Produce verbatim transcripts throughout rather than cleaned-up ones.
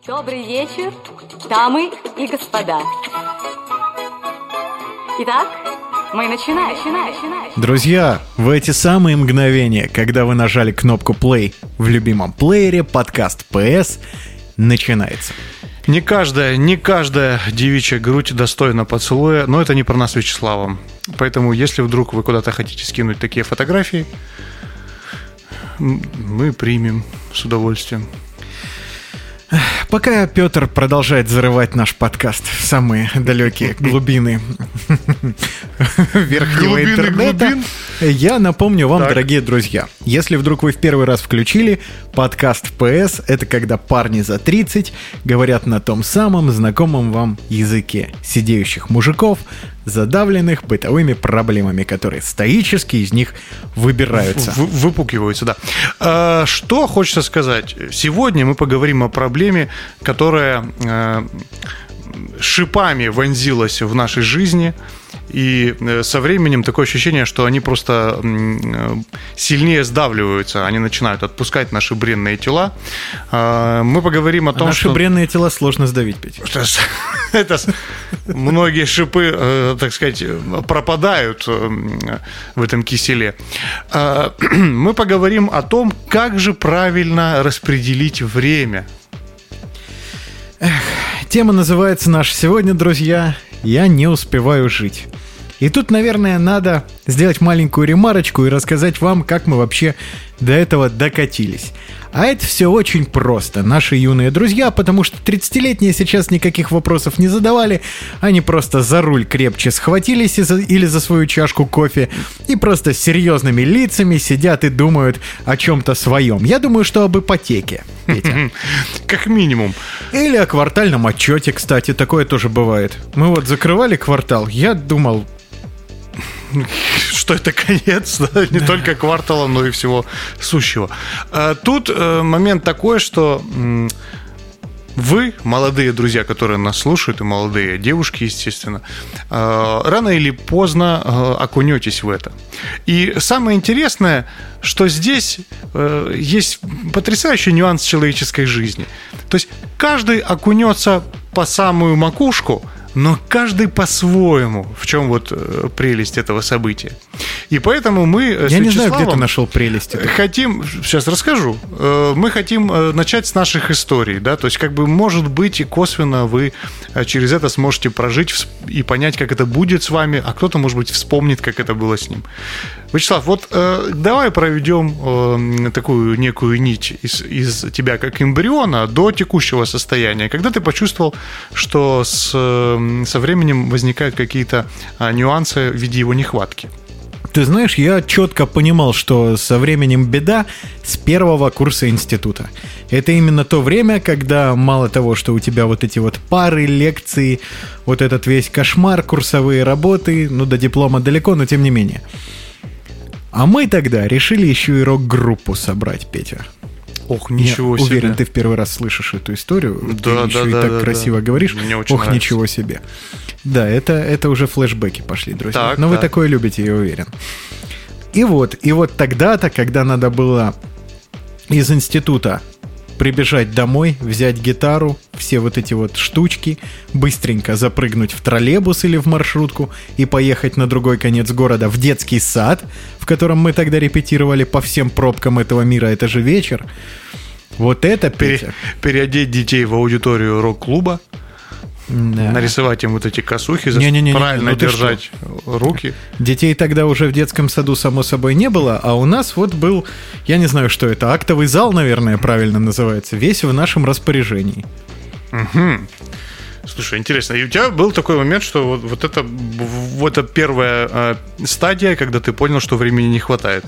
Добрый вечер, дамы и господа. Итак, мы начинаем, начинаем, начинаем. Друзья, в эти самые мгновения, когда вы нажали кнопку play в любимом плеере, подкаст ПС начинается. Не каждая, не каждая девичья грудь достойна поцелуя, но это не про нас с Вячеславом. Поэтому, если вдруг вы куда-то хотите скинуть такие фотографии, мы примем с удовольствием. Пока Петр продолжает зарывать наш подкаст в самые далекие глубины верхнего Глубины интернета, глубин? я напомню вам, Так. дорогие друзья, если вдруг вы в первый раз включили подкаст ПС, это когда парни за тридцать говорят на том самом знакомом вам языке сидеющих мужиков, задавленных бытовыми проблемами, которые стоически из них выбираются. В- выпукиваются, да. А, что хочется сказать? Сегодня мы поговорим о проблеме, которая э, шипами вонзилась в нашей жизни. И со временем такое ощущение, что они просто сильнее сдавливаются, они начинают отпускать наши бренные тела. Мы поговорим о том, а наши что... Наши бренные тела сложно сдавить, Петя. Это многие шипы, так сказать, пропадают в этом киселе. Мы поговорим о том, как же правильно распределить время. Эх, тема называется наша сегодня, друзья, «Я не успеваю жить». И тут, наверное, надо сделать маленькую ремарочку и рассказать вам, как мы вообще до этого докатились. А это все очень просто, наши юные друзья, потому что тридцатилетние сейчас никаких вопросов не задавали, они просто за руль крепче схватились или за свою чашку кофе и просто с серьезными лицами сидят и думают о чем-то своем. Я думаю, что об ипотеке, Петя. Как минимум. Или о квартальном отчете, кстати, такое тоже бывает. Мы вот закрывали квартал, я думал... Что это конец, да? Не только квартала, но и всего сущего. Тут момент такой, что вы, молодые друзья, которые нас слушают, и молодые девушки, естественно, рано или поздно окунетесь в это. И самое интересное, что здесь есть потрясающий нюанс человеческой жизни. То есть каждый окунется по самую макушку, но каждый по-своему, в чем вот прелесть этого события. И поэтому мы с Я не знаю, Вячеславом где ты нашел прелесть. хотим, сейчас расскажу, мы хотим начать с наших историй, да, то есть как бы может быть и косвенно вы через это сможете прожить и понять, как это будет с вами, а кто-то, может быть, вспомнит, как это было с ним. Вячеслав, вот давай проведем такую некую нить из, из тебя как эмбриона до текущего состояния, когда ты почувствовал, что с, со временем возникают какие-то нюансы в виде его нехватки. Ты знаешь, я четко понимал, что со временем беда с первого курса института. Это именно то время, когда мало того, что у тебя вот эти вот пары, лекции, вот этот весь кошмар, курсовые работы, ну до диплома далеко, но тем не менее. А мы тогда решили еще и рок-группу собрать, Петя. Ох, ничего Я себе. уверен, ты в первый раз слышишь эту историю. Да, ты еще да, и да, так да, красиво да. говоришь. Мне очень Ох, нравится. ничего себе. Да, это, это уже флешбеки пошли, друзья. Так, Но вы так. такое любите, я уверен. И вот, и вот тогда-то, когда надо было из института прибежать домой, взять гитару, все вот эти вот штучки, быстренько запрыгнуть в троллейбус или в маршрутку и поехать на другой конец города в детский сад, в котором мы тогда репетировали по всем пробкам этого мира, это же вечер. Вот это, Петя. Пере- переодеть детей в аудиторию рок-клуба, Да. нарисовать им вот эти косухи, за- Не-не-не-не, правильно ну ты держать руки. Детей тогда уже в детском саду, само собой, не было, а у нас вот был, я не знаю, что это, актовый зал, наверное, правильно называется, весь в нашем распоряжении. Угу. Слушай, интересно, и у тебя был такой момент, что вот, вот это вот это первая э, стадия, когда ты понял, что времени не хватает.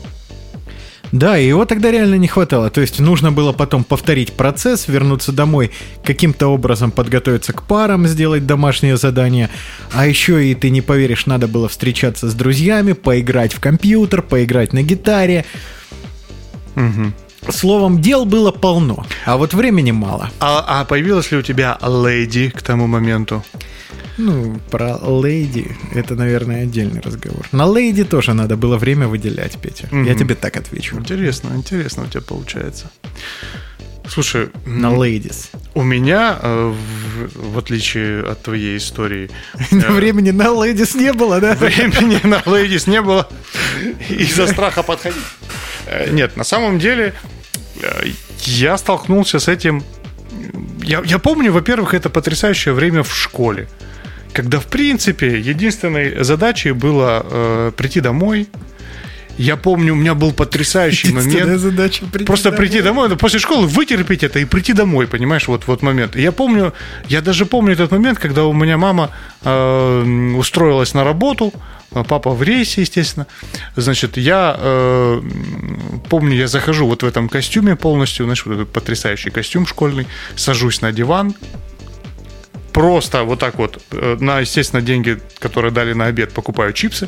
Да, и его тогда реально не хватало. То есть нужно было потом повторить процесс, вернуться домой, каким-то образом подготовиться к парам, сделать домашнее задание. А еще и, ты не поверишь, надо было встречаться с друзьями, поиграть в компьютер, поиграть на гитаре. Угу. Словом, дел было полно, а вот времени мало. А, а появилась ли у тебя леди к тому моменту? Ну, про леди это, наверное, отдельный разговор. На леди тоже надо было время выделять, Петя. Угу. Я тебе так отвечу. Интересно, интересно у тебя получается. Слушай, на ladies. У меня, в, в отличие от твоей истории... Времени на ladies не было, да? Времени на ladies не было из-за страха подходить. Нет, на самом деле я столкнулся с этим... Я, я помню, во-первых, это потрясающее время в школе, когда, в принципе, единственной задачей было э, прийти домой. Я помню, у меня был потрясающий момент. Задача прийти просто домой. прийти домой, после школы вытерпеть это и прийти домой, понимаешь, вот, вот момент. И я помню, я даже помню этот момент, когда у меня мама э, устроилась на работу, папа в рейсе, естественно. Значит, я э, помню, я захожу вот в этом костюме полностью, знаешь, вот этот потрясающий костюм школьный, сажусь на диван, просто вот так вот, на, естественно, деньги, которые дали на обед, покупаю чипсы.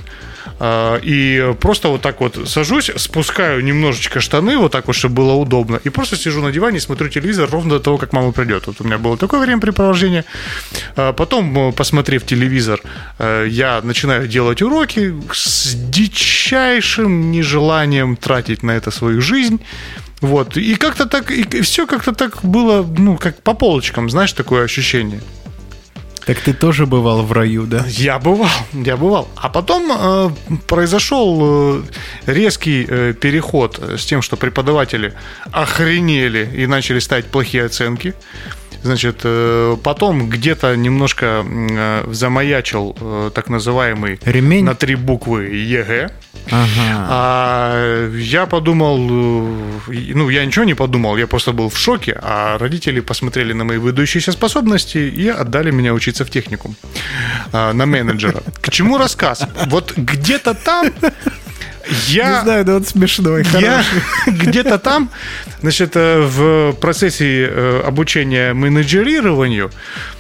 И просто вот так вот сажусь, спускаю немножечко штаны, вот так вот, чтобы было удобно, и просто сижу на диване и смотрю телевизор ровно до того, как мама придет. Вот у меня было такое времяпрепровождение. Потом, посмотрев телевизор, я начинаю делать уроки с дичайшим нежеланием тратить на это свою жизнь. Вот. И как-то так, и все как-то так было, ну, как по полочкам, знаешь, такое ощущение. Так ты тоже бывал в раю, да? Я бывал, я бывал. А потом э, произошел э, резкий э, переход с тем, что преподаватели охренели и начали ставить плохие оценки. Значит, э, потом где-то немножко э, замаячил э, так называемый ремень на три буквы ЕГЭ. Ага. А я подумал, ну, я ничего не подумал, я просто был в шоке, а родители посмотрели на мои выдающиеся способности и отдали меня учиться в техникум на менеджера. К чему рассказ? Вот где-то там я... Не знаю, но он смешной, я хороший. Где-то там, значит, в процессе обучения менеджерированию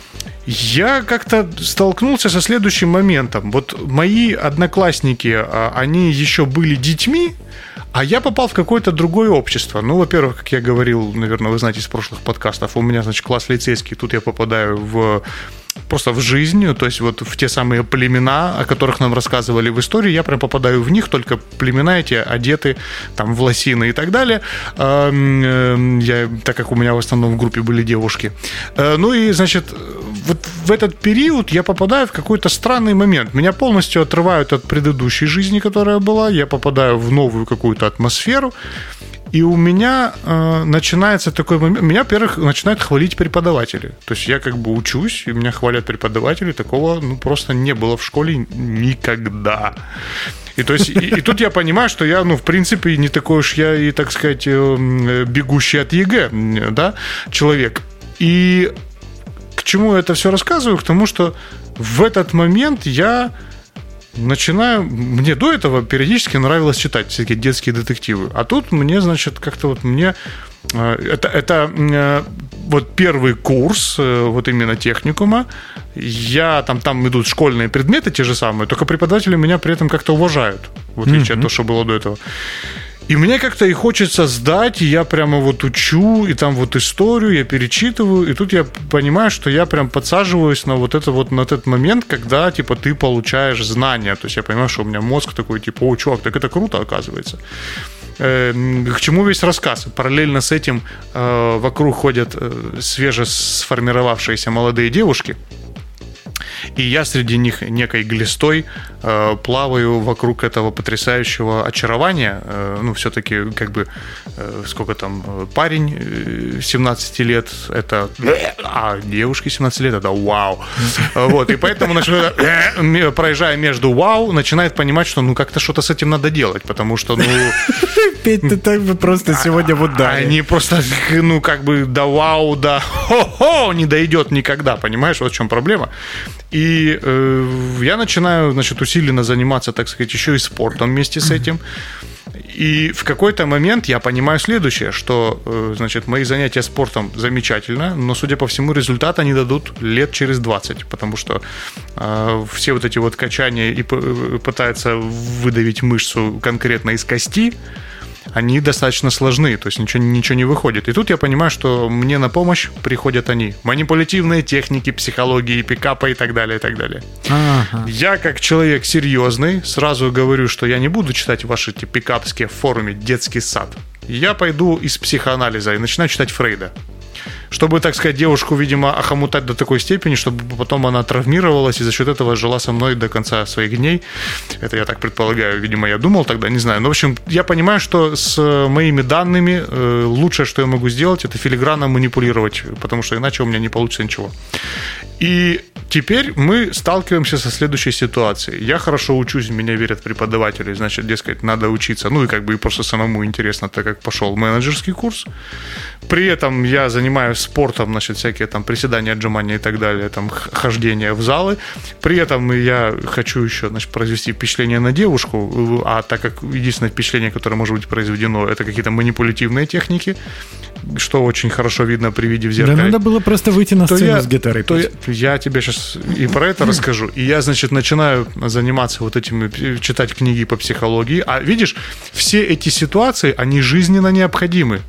я как-то столкнулся со следующим моментом. Вот мои одноклассники, они еще были детьми, а я попал в какое-то другое общество. Ну, во-первых, как я говорил, наверное, вы знаете из прошлых подкастов, у меня, значит, класс лицейский, тут я попадаю в... просто в жизнь, то есть вот в те самые племена, о которых нам рассказывали в истории, я прям попадаю в них, только племена эти одеты там в лосины и так далее. Я, так как у меня в основном в группе были девушки. Ну и, значит, вот в этот период я попадаю в какой-то странный момент. Меня полностью отрывают от предыдущей жизни, которая была, я попадаю в новую какую-то атмосферу. И у меня э, начинается такой момент. Меня, во-первых, начинают хвалить преподаватели. То есть я как бы учусь, и меня хвалят преподаватели. Такого, ну, просто не было в школе никогда. И, то есть, и, и тут я понимаю, что я, ну, в принципе, не такой уж я и, так сказать, э, бегущий от ЕГЭ, да, человек. И к чему я это все рассказываю? К тому, что в этот момент я... начинаю... Мне до этого периодически нравилось читать всякие детские детективы. А тут мне, значит, как-то вот мне... Это, это вот первый курс вот именно техникума. Я там, там идут школьные предметы те же самые, только преподаватели меня при этом как-то уважают, в отличие mm-hmm. от того, что было до этого. И мне как-то и хочется сдать, и я прямо вот учу, и там вот историю я перечитываю, и тут я понимаю, что я прям подсаживаюсь на вот это вот, на этот момент, когда, типа, ты получаешь знания. То есть я понимаю, что у меня мозг такой, типа, о, чувак, так это круто, оказывается. К чему весь рассказ? Параллельно с этим вокруг ходят свежесформировавшиеся молодые девушки, и я среди них некой глистой э, плаваю вокруг этого потрясающего очарования. Э, ну, все-таки, как бы, э, сколько там, парень э, семнадцати лет, это... А девушке семнадцать лет, это вау. Вот, и поэтому, начинаю, э, проезжая между вау, начинает понимать, что, ну, как-то что-то с этим надо делать, потому что, ну... Петь, ты так бы просто сегодня вот да. Они просто, ну, как бы, да вау, да хо-хо, не дойдет никогда, понимаешь, вот в чем проблема. И э, я начинаю, значит, усиленно заниматься, так сказать, еще и спортом вместе с этим. И в какой-то момент я понимаю следующее, что, э, значит, мои занятия спортом замечательно, но, судя по всему, результат они дадут лет через двадцать, потому что э, все вот эти вот качания и пытаются выдавить мышцу конкретно из кости, они достаточно сложны, то есть ничего, ничего не выходит. И тут я понимаю, что мне на помощь приходят они. Манипулятивные техники, психологии, пикапа и так далее, и так далее. Ага. Я, как человек серьезный, сразу говорю, что я не буду читать ваши эти пикапские в форуме «Детский сад». я пойду из психоанализа и начинаю читать Фрейда. Чтобы, так сказать, девушку, видимо, охомутать до такой степени, чтобы потом она травмировалась и за счет этого жила со мной до конца своих дней. Это я так предполагаю, видимо, я думал тогда, не знаю. Но, в общем, я понимаю, что с моими данными э, лучшее, что я могу сделать, это филигранно манипулировать, потому что иначе у меня не получится ничего. И теперь мы сталкиваемся со следующей ситуацией. Я хорошо учусь, меня верят преподаватели, значит, дескать, надо учиться. Ну и как бы и просто самому интересно, так как пошел менеджерский курс. При этом я занимаюсь спортом, значит, всякие там приседания, отжимания и так далее, там хождение в залы. При этом я хочу еще, значит, произвести впечатление на девушку, а так как единственное впечатление, которое может быть произведено, это какие-то манипулятивные техники, что очень хорошо видно при виде в зеркале. Да надо было просто выйти на сцену я, с гитарой. То я, я тебе сейчас и про это расскажу. И я, значит, начинаю заниматься вот этими, читать книги по психологии. А видишь, все эти ситуации, они жизненно необходимы.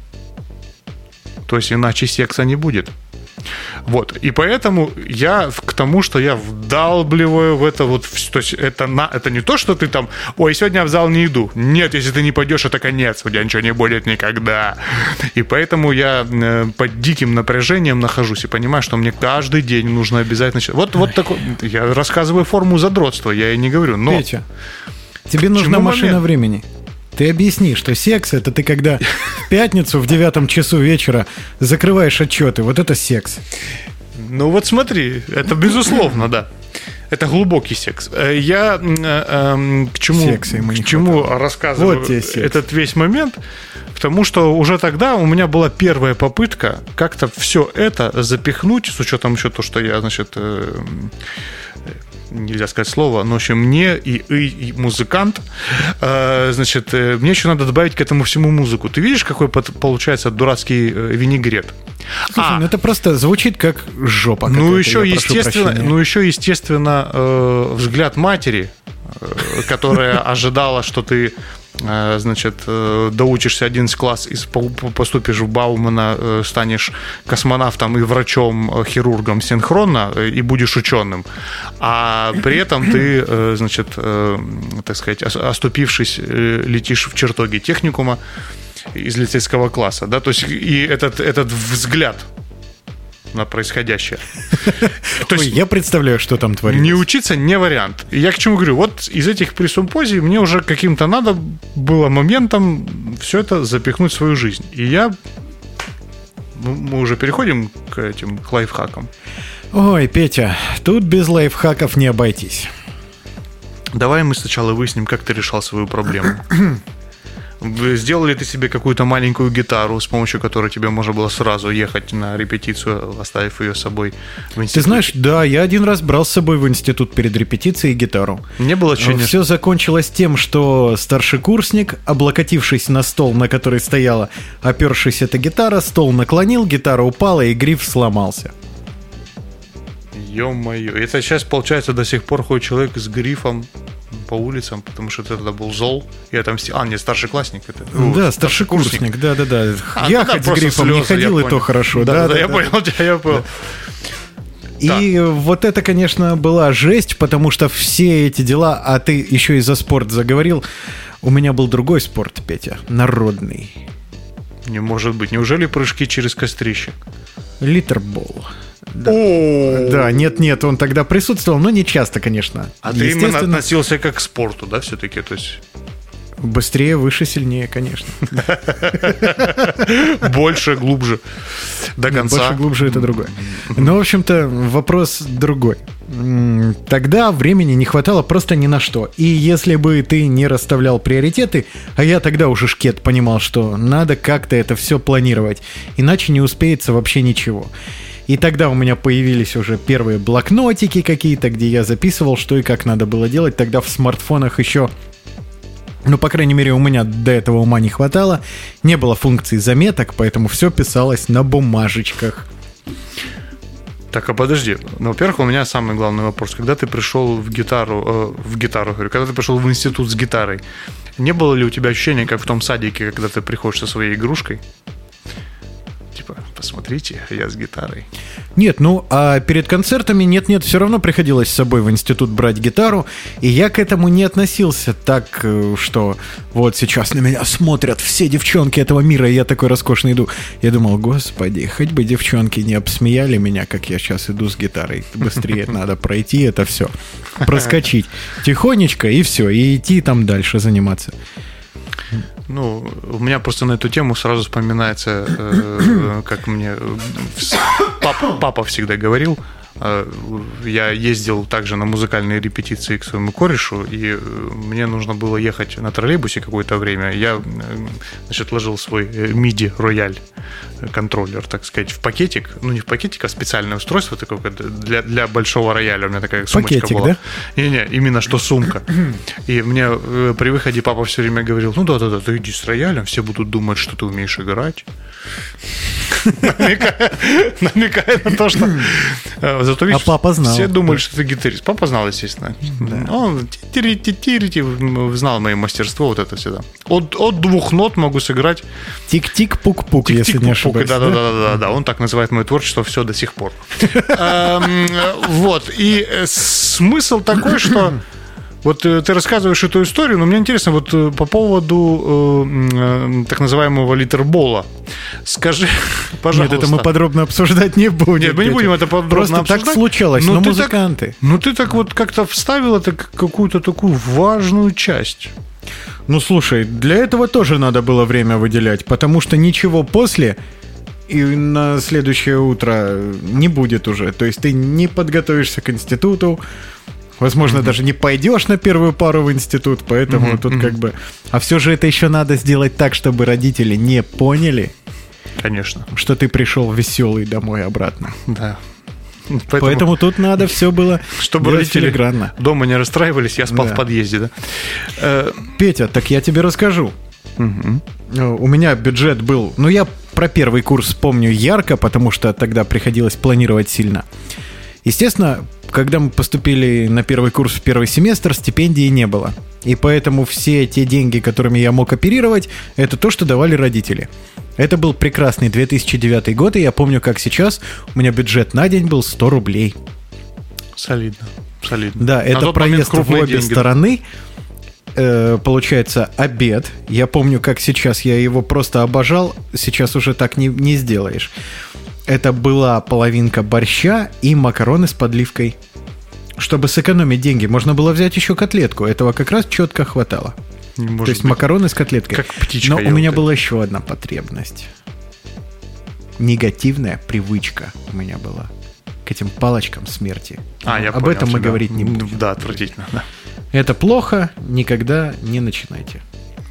То есть иначе секса не будет. Вот. И поэтому я к тому, что я вдалбливаю в это вот... То есть это, на, это не то, что ты там... Ой, сегодня в зал не иду. Нет, если ты не пойдешь, это конец. У тебя ничего не будет никогда. И поэтому я под диким напряжением нахожусь и понимаю, что мне каждый день нужно обязательно... Вот, вот такой... Я рассказываю форму задротства, я и не говорю, но... Петя, тебе нужна машина момент? времени. Ты объясни, что секс – это ты когда в пятницу в девятом часу вечера закрываешь отчеты. Вот это секс. Ну вот смотри, это безусловно, да. Это глубокий секс. Я э, э, к чему, к чему рассказываю вот этот весь момент? Потому что уже тогда у меня была первая попытка как-то все это запихнуть, с учетом еще то, что я, значит... Э, нельзя сказать слово, но в общем мне и, и, и музыкант, э, значит, э, мне еще надо добавить к этому всему музыку. Ты видишь, какой получается дурацкий э, винегрет? Слушай, а, ну это просто звучит как жопа. Ну еще, естественно, ну еще естественно э, взгляд матери, э, которая ожидала, что ты значит, доучишься одиннадцатый класс и поступишь в Баумана, станешь космонавтом и врачом, хирургом синхронно и будешь ученым. А при этом ты, значит, так сказать, оступившись, летишь в чертоги техникума из лицейского класса. Да? То есть и этот, этот взгляд на происходящее. То есть, Ой, я представляю, что там творится. Не учиться не вариант. Я к чему говорю? Вот из этих пресумпозий мне уже каким-то надо было моментом все это запихнуть в свою жизнь. И я... Мы уже переходим к этим к лайфхакам. Ой, Петя, тут без лайфхаков не обойтись. Давай мы сначала выясним, как ты решал свою проблему. Сделал ли ты себе какую-то маленькую гитару, с помощью которой тебе можно было сразу ехать на репетицию, оставив ее с собой в институте? Ты знаешь, да, я один раз брал с собой в институт перед репетицией гитару. Не было ощущения. Все закончилось тем, что старшекурсник, облокотившись на стол, на который стояла опершись эта гитара, стол наклонил, гитара упала и гриф сломался. Ё-моё, это сейчас, получается, до сих пор ходит человек с грифом по улицам, потому что это тогда был зол и отомстил. А, нет, старшеклассник это. Да, старшекурсник, да-да-да. А, я хоть с грифом слезы, не ходил, и понял. То хорошо. Да, да, да, я понял тебя, я понял. Да. И да. Вот это, конечно, была жесть, потому что все эти дела, а ты еще и за спорт заговорил, у меня был другой спорт, Петя, народный. Не может быть. Неужели прыжки через кострище? Литербол. Да. Да, нет-нет, он тогда присутствовал, но не часто, конечно. А ты именно относился как к спорту, да, все-таки? То есть... Быстрее, выше, сильнее, конечно. Больше, глубже, до конца. Больше, глубже — это другое. Но, в общем-то, вопрос другой. Тогда времени не хватало просто ни на что. И если бы ты не расставлял приоритеты, а я тогда уже шкет понимал, что надо как-то это все планировать, иначе не успеется вообще ничего. И тогда у меня появились уже первые блокнотики какие-то, где я записывал, что и как надо было делать. Тогда в смартфонах еще... Ну, по крайней мере, у меня до этого ума не хватало. Не было функции заметок, поэтому все писалось на бумажечках. Так, а подожди. Ну, во-первых, у меня самый главный вопрос. Когда ты пришел в гитару, э, в гитару, говорю, когда ты пришел в институт с гитарой, не было ли у тебя ощущения, как в том садике, когда ты приходишь со своей игрушкой? посмотрите, я с гитарой. Нет, ну, а перед концертами нет-нет, все равно приходилось с собой в институт брать гитару, и я к этому не относился так, что вот сейчас на меня смотрят все девчонки этого мира, и я такой роскошный иду. Я думал, господи, хоть бы девчонки не обсмеяли меня, как я сейчас иду с гитарой. Быстрее надо пройти это все, проскочить тихонечко, и все, и идти там дальше заниматься. Ну, у меня просто на эту тему сразу вспоминается, э, как мне папа, папа всегда говорил. Я ездил также на музыкальные репетиции к своему корешу, и мне нужно было ехать на троллейбусе какое-то время. Я, значит, ложил свой миди рояль контроллер, так сказать, в пакетик. Ну, не в пакетик, а специальное устройство такое для, для большого рояля. У меня такая сумочка пакетик, была. Да? Не-не, именно что сумка. И мне при выходе папа все время говорил: ну да-да-да, ты иди с роялем, все будут думать, что ты умеешь играть. Намекая на то, что... Зато, видишь, а папа знал. Все думали, что ты гитарист. Папа знал, естественно. Да. Он знал мое мастерство, вот это всегда. От, от двух нот могу сыграть. Тик-тик-пук-пук, Тик-тик, если не ошибаюсь. Да, да, да, да, да. Он так называет мое творчество все до сих пор. Вот. И смысл такой, что вот ты рассказываешь эту историю, но мне интересно, вот по поводу э, так называемого литербола. Скажи, пожалуйста. Нет, это мы подробно обсуждать не будем. Нет, мы не будем это подробно Просто обсуждать. так случалось, но, но музыканты. Так, ну ты так вот как-то вставил это какую-то такую важную часть. Ну слушай, для этого тоже надо было время выделять, потому что ничего после и на следующее утро не будет уже. То есть ты не подготовишься к институту, возможно, mm-hmm. даже не пойдешь на первую пару в институт, поэтому mm-hmm. тут mm-hmm. как бы... А все же это еще надо сделать так, чтобы родители не поняли, конечно, что ты пришел веселый домой обратно. Да. Поэтому, Поэтому тут надо все было чтобы родители филигранно. Дома не расстраивались, я спал да. в подъезде, да? Петя, так я тебе расскажу. Mm-hmm. У меня бюджет был... Ну, я про первый курс помню ярко, потому что тогда приходилось планировать сильно. Естественно, когда мы поступили на первый курс в первый семестр, стипендии не было. И поэтому все те деньги, которыми я мог оперировать, это то, что давали родители. Это был прекрасный две тысячи девятый год, и я помню, как сейчас у меня бюджет на день был сто рублей. Солидно, солидно. Да, это проезд в обе деньги. Стороны. Э, получается, обед. Я помню, как сейчас я его просто обожал. Сейчас уже так не, не сделаешь. Это была половинка борща и макароны с подливкой. Чтобы сэкономить деньги, можно было взять еще котлетку. Этого как раз четко хватало. Может То есть быть. Макароны с котлеткой. Как птичка. Но у меня была еще одна потребность. Негативная привычка у меня была к этим палочкам смерти. А, я Об понял этом мы тебя. говорить не будем. Да, отвратительно. Да. Это плохо, никогда не начинайте.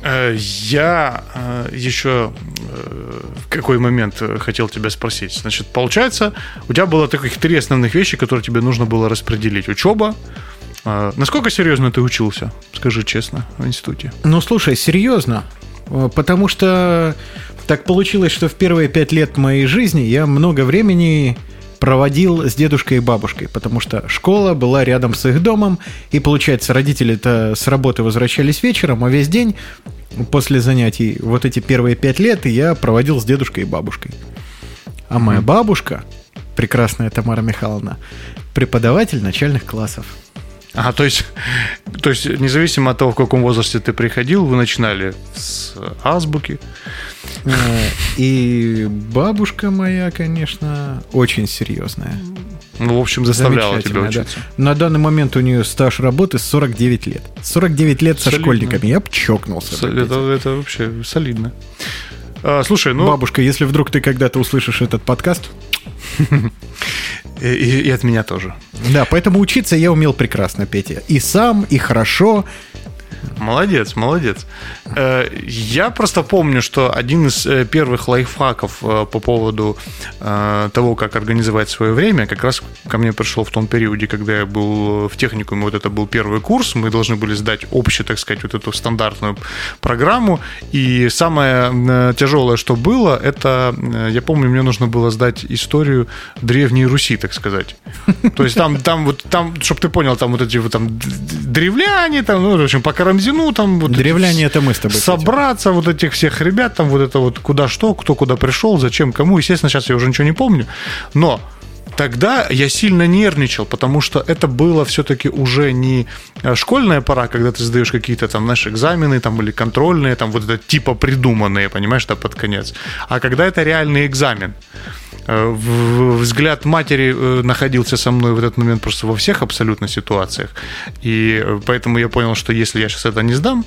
Я еще в какой момент хотел тебя спросить. Значит, получается, у тебя было таких три основных вещи, которые тебе нужно было распределить. Учеба. Насколько серьезно ты учился? Скажи честно, в институте. Ну, слушай, серьезно. Потому что так получилось, что в первые пять лет моей жизни я много времени проводил с дедушкой и бабушкой, потому что школа была рядом с их домом, и, получается, родители-то с работы возвращались вечером, а весь день после занятий, вот эти первые пять лет, я проводил с дедушкой и бабушкой. А моя бабушка, прекрасная Тамара Михайловна, преподаватель начальных классов. Ага, то есть, то есть, независимо от того, в каком возрасте ты приходил, вы начинали с азбуки. И бабушка моя, конечно, очень серьезная. Ну, в общем, заставляла тебя учиться. Да. На данный момент у нее стаж работы сорок девять лет. сорок девять лет со солидно. Школьниками. Я бы чокнулся. Со- это, это вообще солидно. А, слушай, ну... Бабушка, если вдруг ты когда-то услышишь этот подкаст... И, и от меня тоже. Да, поэтому учиться я умел прекрасно, Петя. И сам, и хорошо. Молодец, молодец. Я просто помню, что один из первых лайфхаков по поводу того, как организовать свое время, как раз ко мне пришел в том периоде, когда я был в техникуме, вот это был первый курс, мы должны были сдать общую, так сказать, вот эту стандартную программу, и самое тяжелое, что было, это, я помню, мне нужно было сдать историю Древней Руси, так сказать. То есть там, там вот, там, чтобы ты понял, там вот эти вот там древляне, там, ну, в общем, по Карамзину, там вот древляне это мы с тобой. Собраться, вот этих всех ребят, там вот это вот куда что, кто куда пришел, зачем, кому. Естественно, сейчас я уже ничего не помню. Но тогда я сильно нервничал, потому что это было все-таки уже не школьная пора, когда ты сдаешь какие-то там, знаешь, экзамены там, или контрольные, там вот это типа придуманные, понимаешь, да, под конец. А когда это реальный экзамен. Взгляд матери находился со мной в этот момент просто во всех абсолютно ситуациях. И поэтому я понял, что если я сейчас это не сдам,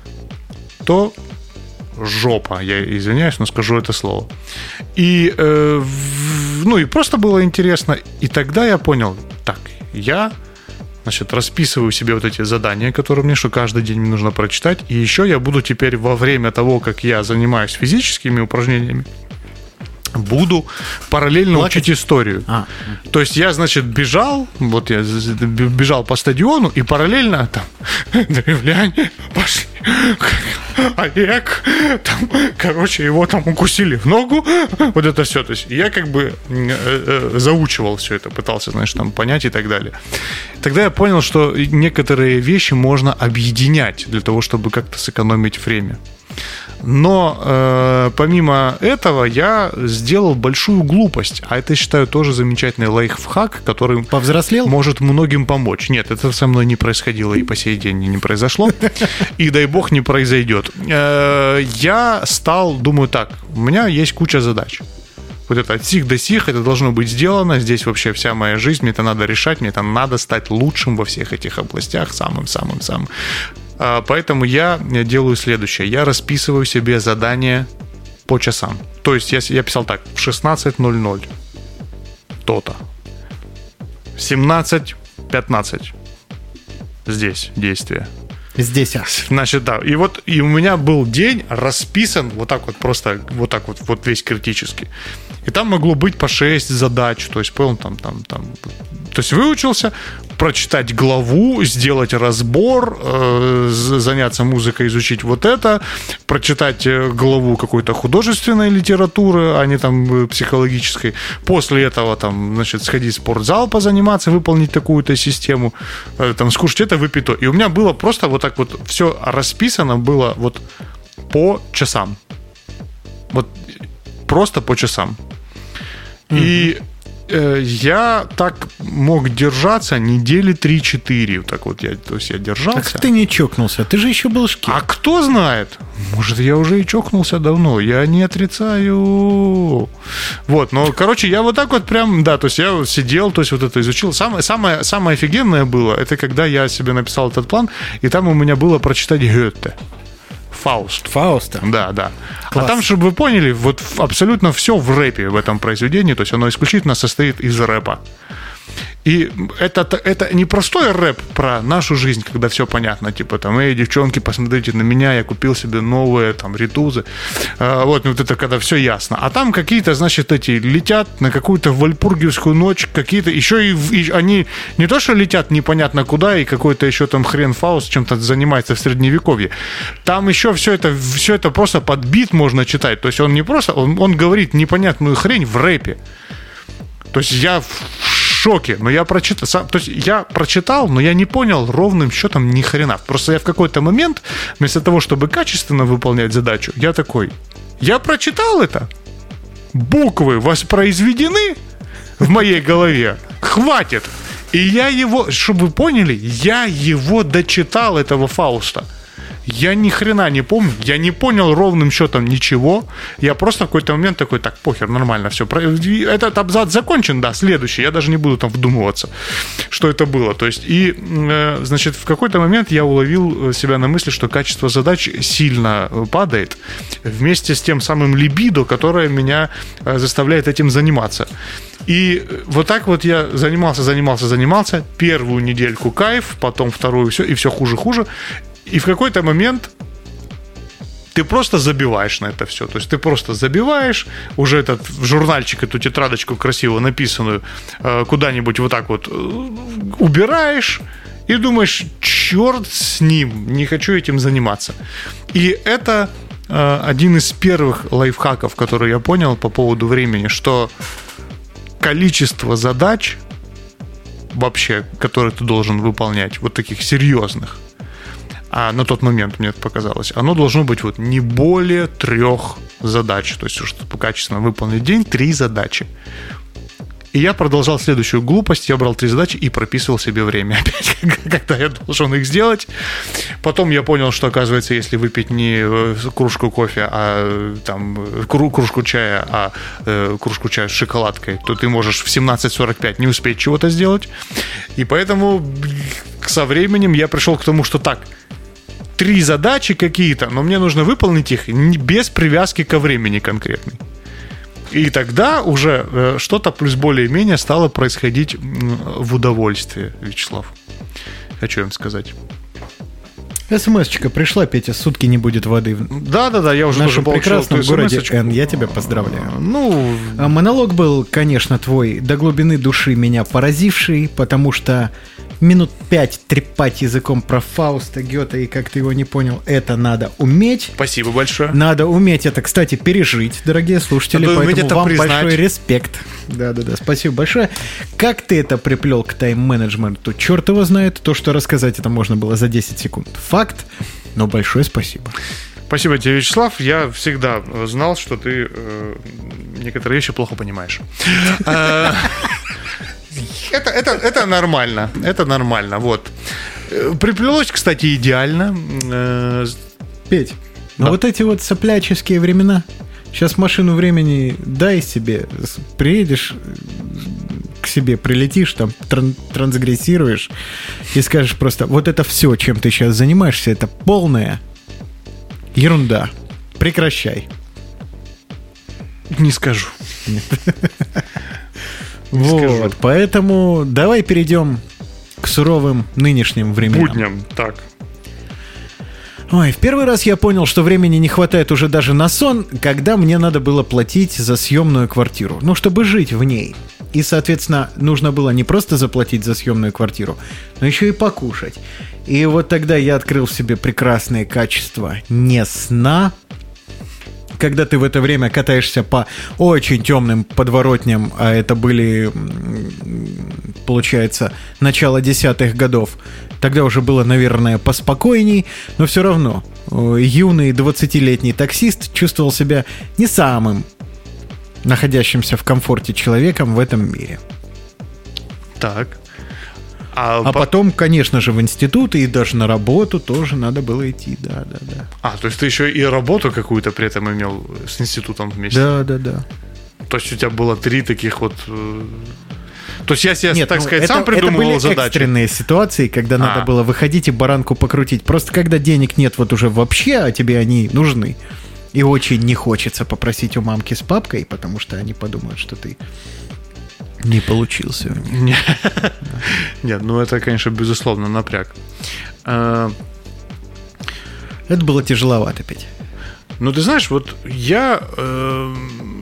то жопа, я извиняюсь, но скажу это слово. И, э, ну, и просто было интересно. И тогда я понял, так, я, значит, расписываю себе вот эти задания, которые мне, что каждый день мне нужно прочитать. И еще я буду теперь во время того, как я занимаюсь физическими упражнениями, буду параллельно Плакать? учить историю. А. То есть я, значит, бежал, вот я бежал по стадиону, и параллельно там древляне пошли, Олег, там, короче, его там укусили в ногу, вот это все. То есть я как бы заучивал все это, пытался, знаешь, там понять и так далее. Тогда я понял, что некоторые вещи можно объединять для того, чтобы как-то сэкономить время. Но э, помимо этого я сделал большую глупость. А это, считаю, тоже замечательный лайфхак, который повзрослел? Может многим помочь. Нет, это со мной не происходило и по сей день не произошло. И дай бог не произойдет. Я стал, думаю так, у меня есть куча задач. Вот это от сих до сих, это должно быть сделано. Здесь вообще вся моя жизнь, мне это надо решать, мне это надо стать лучшим во всех этих областях, самым-самым-самым. Поэтому я делаю следующее. Я расписываю себе задания по часам. То есть я, я писал так: в шестнадцать ноль ноль то-то, в семнадцать пятнадцать здесь действие. Здесь, а. Значит, да. И вот и у меня был день расписан вот так вот, просто вот так вот, вот весь критически. И там могло быть по шесть задач. То есть, понял, там, там, там. То есть выучился, прочитать главу, сделать разбор, э, заняться музыкой, изучить вот это, прочитать главу какой-то художественной литературы, а не там психологической. После этого там, значит, сходить в спортзал, позаниматься, выполнить такую-то систему, э, там, скушать это, выпить то. И у меня было просто вот так вот все расписано было вот по часам. Вот просто по часам. Mm-hmm. И я так мог держаться недели три-четыре. Так вот я, то есть я держался. Так ты не чокнулся, ты же еще был шкет. А кто знает? Может, я уже и чокнулся давно. Я не отрицаю. Вот, но, короче, я вот так вот прям, да, то есть я сидел, то есть вот это изучил. Самое, самое, самое офигенное было, это когда я себе написал этот план, и там у меня было прочитать Гёте. Фауст. Фауста? Да, да. Класс. А там, чтобы вы поняли, вот абсолютно все в рэпе в этом произведении, то есть оно исключительно состоит из рэпа. И это, это не простой рэп про нашу жизнь, когда все понятно, типа там, эй, девчонки, посмотрите на меня, я купил себе новые там ритузы, а, вот, вот это когда все ясно. А там какие-то, значит, эти летят на какую-то вальпургиевскую ночь, какие-то, еще и, и они не то, что летят непонятно куда, и какой-то еще там хрен Фауст чем-то занимается в Средневековье. Там еще все это, все это просто под бит можно читать, то есть он не просто, он, он говорит непонятную хрень в рэпе. То есть я в шоке, но я прочитал, то есть я прочитал, но я не понял ровным счетом ни хрена. Просто я в какой-то момент, вместо того, чтобы качественно выполнять задачу, я такой, я прочитал это, буквы воспроизведены в моей голове, хватит. И я его, чтобы вы поняли, я его дочитал, этого Фауста. Я ни хрена не помню, я не понял ровным счетом ничего. Я просто в какой-то момент такой, так, похер, нормально, все. Этот абзац закончен, да, следующий. Я даже не буду там вдумываться, что это было. То есть, и, значит, в какой-то момент я уловил себя на мысли, что качество задач сильно падает вместе с тем самым либидо, которое меня заставляет этим заниматься. И вот так вот я занимался, занимался, занимался. Первую недельку кайф, потом вторую все, и все хуже-хуже. И в какой-то момент ты просто забиваешь на это все. То есть ты просто забиваешь уже этот журнальчик, эту тетрадочку красиво написанную, куда-нибудь вот так вот убираешь и думаешь, черт с ним, не хочу этим заниматься. И это один из первых лайфхаков, который я понял по поводу времени, что количество задач вообще, которые ты должен выполнять, вот таких серьезных, а на тот момент мне это показалось, оно должно быть вот не более трех задач. То есть, чтобы качественно выполнить день, три задачи. И я продолжал следующую глупость. Я брал три задачи и прописывал себе время опять, когда я должен их сделать. Потом я понял, что, оказывается, если выпить не кружку кофе, а там кружку чая, а э, кружку чая с шоколадкой, то ты можешь в семнадцать сорок пять не успеть чего-то сделать. И поэтому со временем я пришел к тому, что так, три задачи какие-то, но мне нужно выполнить их без привязки ко времени конкретной. И тогда уже э, что-то плюс более-менее стало происходить в удовольствие, Вячеслав. Хочу вам сказать. СМС-очка пришла, Петя, сутки не будет воды. Да-да-да, я уже в тоже нашем прекрасном городе Н. Я тебя А, поздравляю. Ну... А монолог был, конечно, твой до глубины души меня поразивший, потому что минут пять трепать языком про Фауста, Гёте, и как ты его не понял, это надо уметь. Спасибо большое. Надо уметь это, кстати, пережить, дорогие слушатели, Надо поэтому это вам признать. большой респект. Да-да-да, спасибо большое. Как ты это приплел к тайм-менеджменту? Черт его знает, то, что рассказать это можно было за десять секунд. Факт, но большое спасибо. Спасибо тебе, Вячеслав. Я всегда знал, что ты э, некоторые вещи плохо понимаешь. Это, это, это нормально. Это нормально. Вот. Приплелось, кстати, идеально. Петь, ну Да. вот эти вот сопляческие времена. Сейчас машину времени дай себе, приедешь к себе, прилетишь, там тран- трансгрессируешь и скажешь просто, вот это все, чем ты сейчас занимаешься, это полная ерунда. Прекращай. Не скажу. Вот, скажу. поэтому давай перейдем к суровым нынешним временам. Будням. Так. Ой, в первый раз я понял, что времени не хватает уже даже на сон, когда мне надо было платить за съемную квартиру. Ну, чтобы жить в ней. И, соответственно, нужно было не просто заплатить за съемную квартиру, но еще и покушать. И вот тогда я открыл в себе прекрасные качества не сна, когда ты в это время катаешься по очень темным подворотням, а это были, получается, начало десятых годов, тогда уже было, наверное, поспокойней, но все равно юный двадцатилетний таксист чувствовал себя не самым находящимся в комфорте человеком в этом мире. Так. А, А по- потом, конечно же, в институт и даже на работу тоже надо было идти, да-да-да. а, то есть ты еще и работу какую-то при этом имел с институтом вместе? Да-да-да. То есть у тебя было три таких вот... э, То есть я себе, Нет, так ну, сказать, это, сам придумывал это были задачи. экстренные ситуации, когда А. надо было выходить и баранку покрутить. Просто когда денег нет вот уже вообще, а тебе они нужны, и очень не хочется попросить у мамки с папкой, потому что они подумают, что ты не получился. Не- Нет, ну это, конечно, безусловно, напряг. Э, Это было тяжеловато, Петь. Ну, ты знаешь, вот я, э,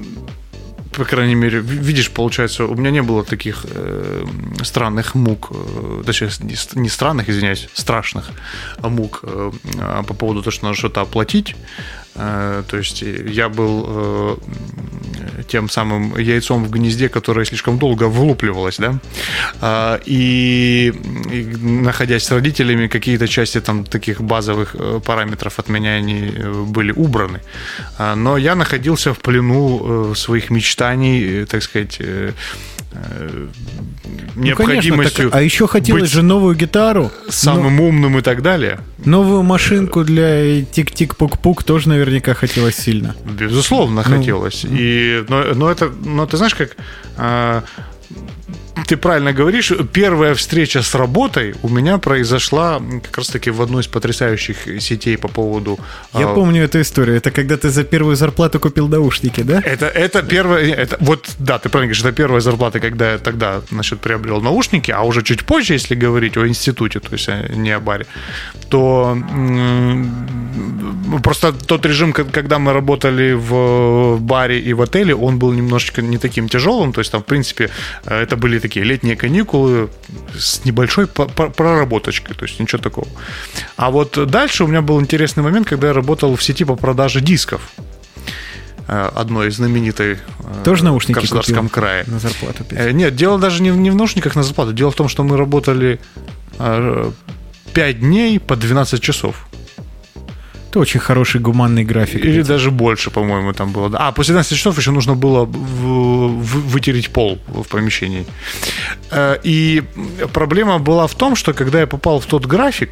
по крайней мере, ви- видишь, получается, у меня не было таких э, странных мук, э, точнее, не ст- не странных, извиняюсь, страшных мук э, а по поводу того, что надо что-то оплатить. Э, То есть я был э, тем самым яйцом в гнезде, которое слишком долго вылупливалось, да, А, и, и находясь с родителями, какие-то части там таких базовых э, параметров от меня они э, были убраны. А, Но я находился в плену э, своих мечтаний, э, так сказать, э, э, Ну, необходимостью конечно, так- а еще хотелось быть же новую гитару, самым умным и так далее. новую машинку для тик-тик-пук-пук тоже наверняка хотелось сильно. Безусловно, Ну, хотелось. И, но, но это, но ты знаешь, как а, ты правильно говоришь, первая встреча с работой у меня произошла как раз-таки в одной из потрясающих сетей по поводу... Я а, помню эту историю. Это когда ты за первую зарплату купил наушники, да? Это, это первое, это, вот, да, ты правильно говоришь, это первая зарплата, когда я тогда, значит, приобрел наушники, а уже чуть позже, если говорить о институте, то есть не о баре, то м, просто тот режим, ко- когда мы работали в баре и в отеле, он был немножечко не таким тяжелым, то есть там, в принципе, это были такие летние каникулы с небольшой по- по- проработочкой, то есть ничего такого. А вот дальше у меня был интересный момент, когда я работал в сети по продаже дисков, э, одной из знаменитой э, Тоже наушники в Краснодарском купил крае. на зарплату, Петь? Э, Нет, дело даже не в, не в наушниках на зарплату. Дело в том, что мы работали э, пять дней по двенадцать часов. Это очень хороший гуманный график. Или даже больше, по-моему, там было. А, после двенадцати часов еще нужно было в- в- вытереть пол в помещении. И проблема была в том, что когда я попал в тот график,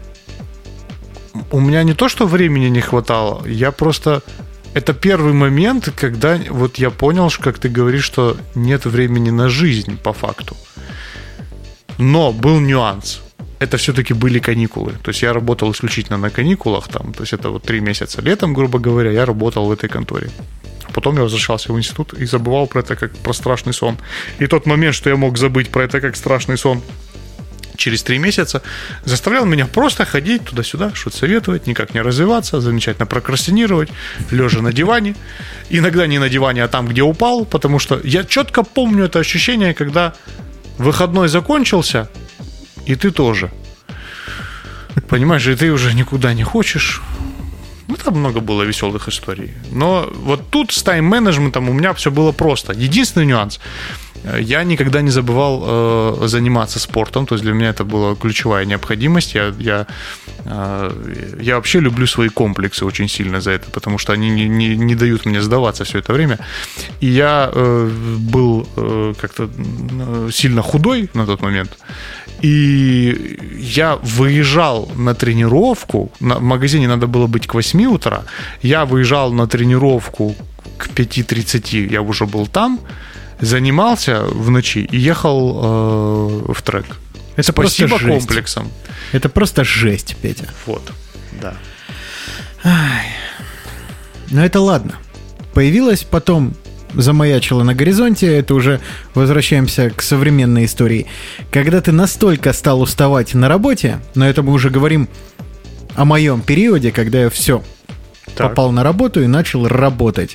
у меня не то, что времени не хватало, я просто... Это первый момент, когда вот я понял, как ты говоришь, что нет времени на жизнь по факту. Но был нюанс. Это все-таки были каникулы. То есть я работал исключительно на каникулах. Там, то есть это вот три месяца летом, грубо говоря, я работал в этой конторе. Потом я возвращался в институт и забывал про это как про страшный сон. И тот момент, что я мог забыть про это как страшный сон через три месяца, заставлял меня просто ходить туда-сюда, что-то советовать, никак не развиваться, замечательно прокрастинировать, лежа на диване. Иногда не на диване, а там, где упал, потому что я четко помню это ощущение, когда выходной закончился, и ты тоже. Понимаешь, и ты уже никуда не хочешь. Ну, там много было веселых историй. Но вот тут с тайм-менеджментом у меня все было просто. Единственный нюанс. Я никогда не забывал э, заниматься спортом. То есть для меня это была ключевая необходимость. Я, я, э, я вообще люблю свои комплексы очень сильно за это, потому что они не, не, не дают мне сдаваться все это время. И я э, был э, как-то сильно худой на тот момент. И я выезжал на тренировку. На, в магазине надо было быть к восьми утра. Я выезжал на тренировку к пяти тридцати. Я уже был там. Занимался в ночи и ехал э, в трек. Это Спасибо просто жесть. комплексам. Это просто жесть, Петя. Вот, да. Ай. Но это ладно. Появилась потом, замаячила на горизонте, это уже возвращаемся к современной истории. Когда ты настолько стал уставать на работе, но это мы уже говорим о моем периоде, когда я все попал на работу и начал работать.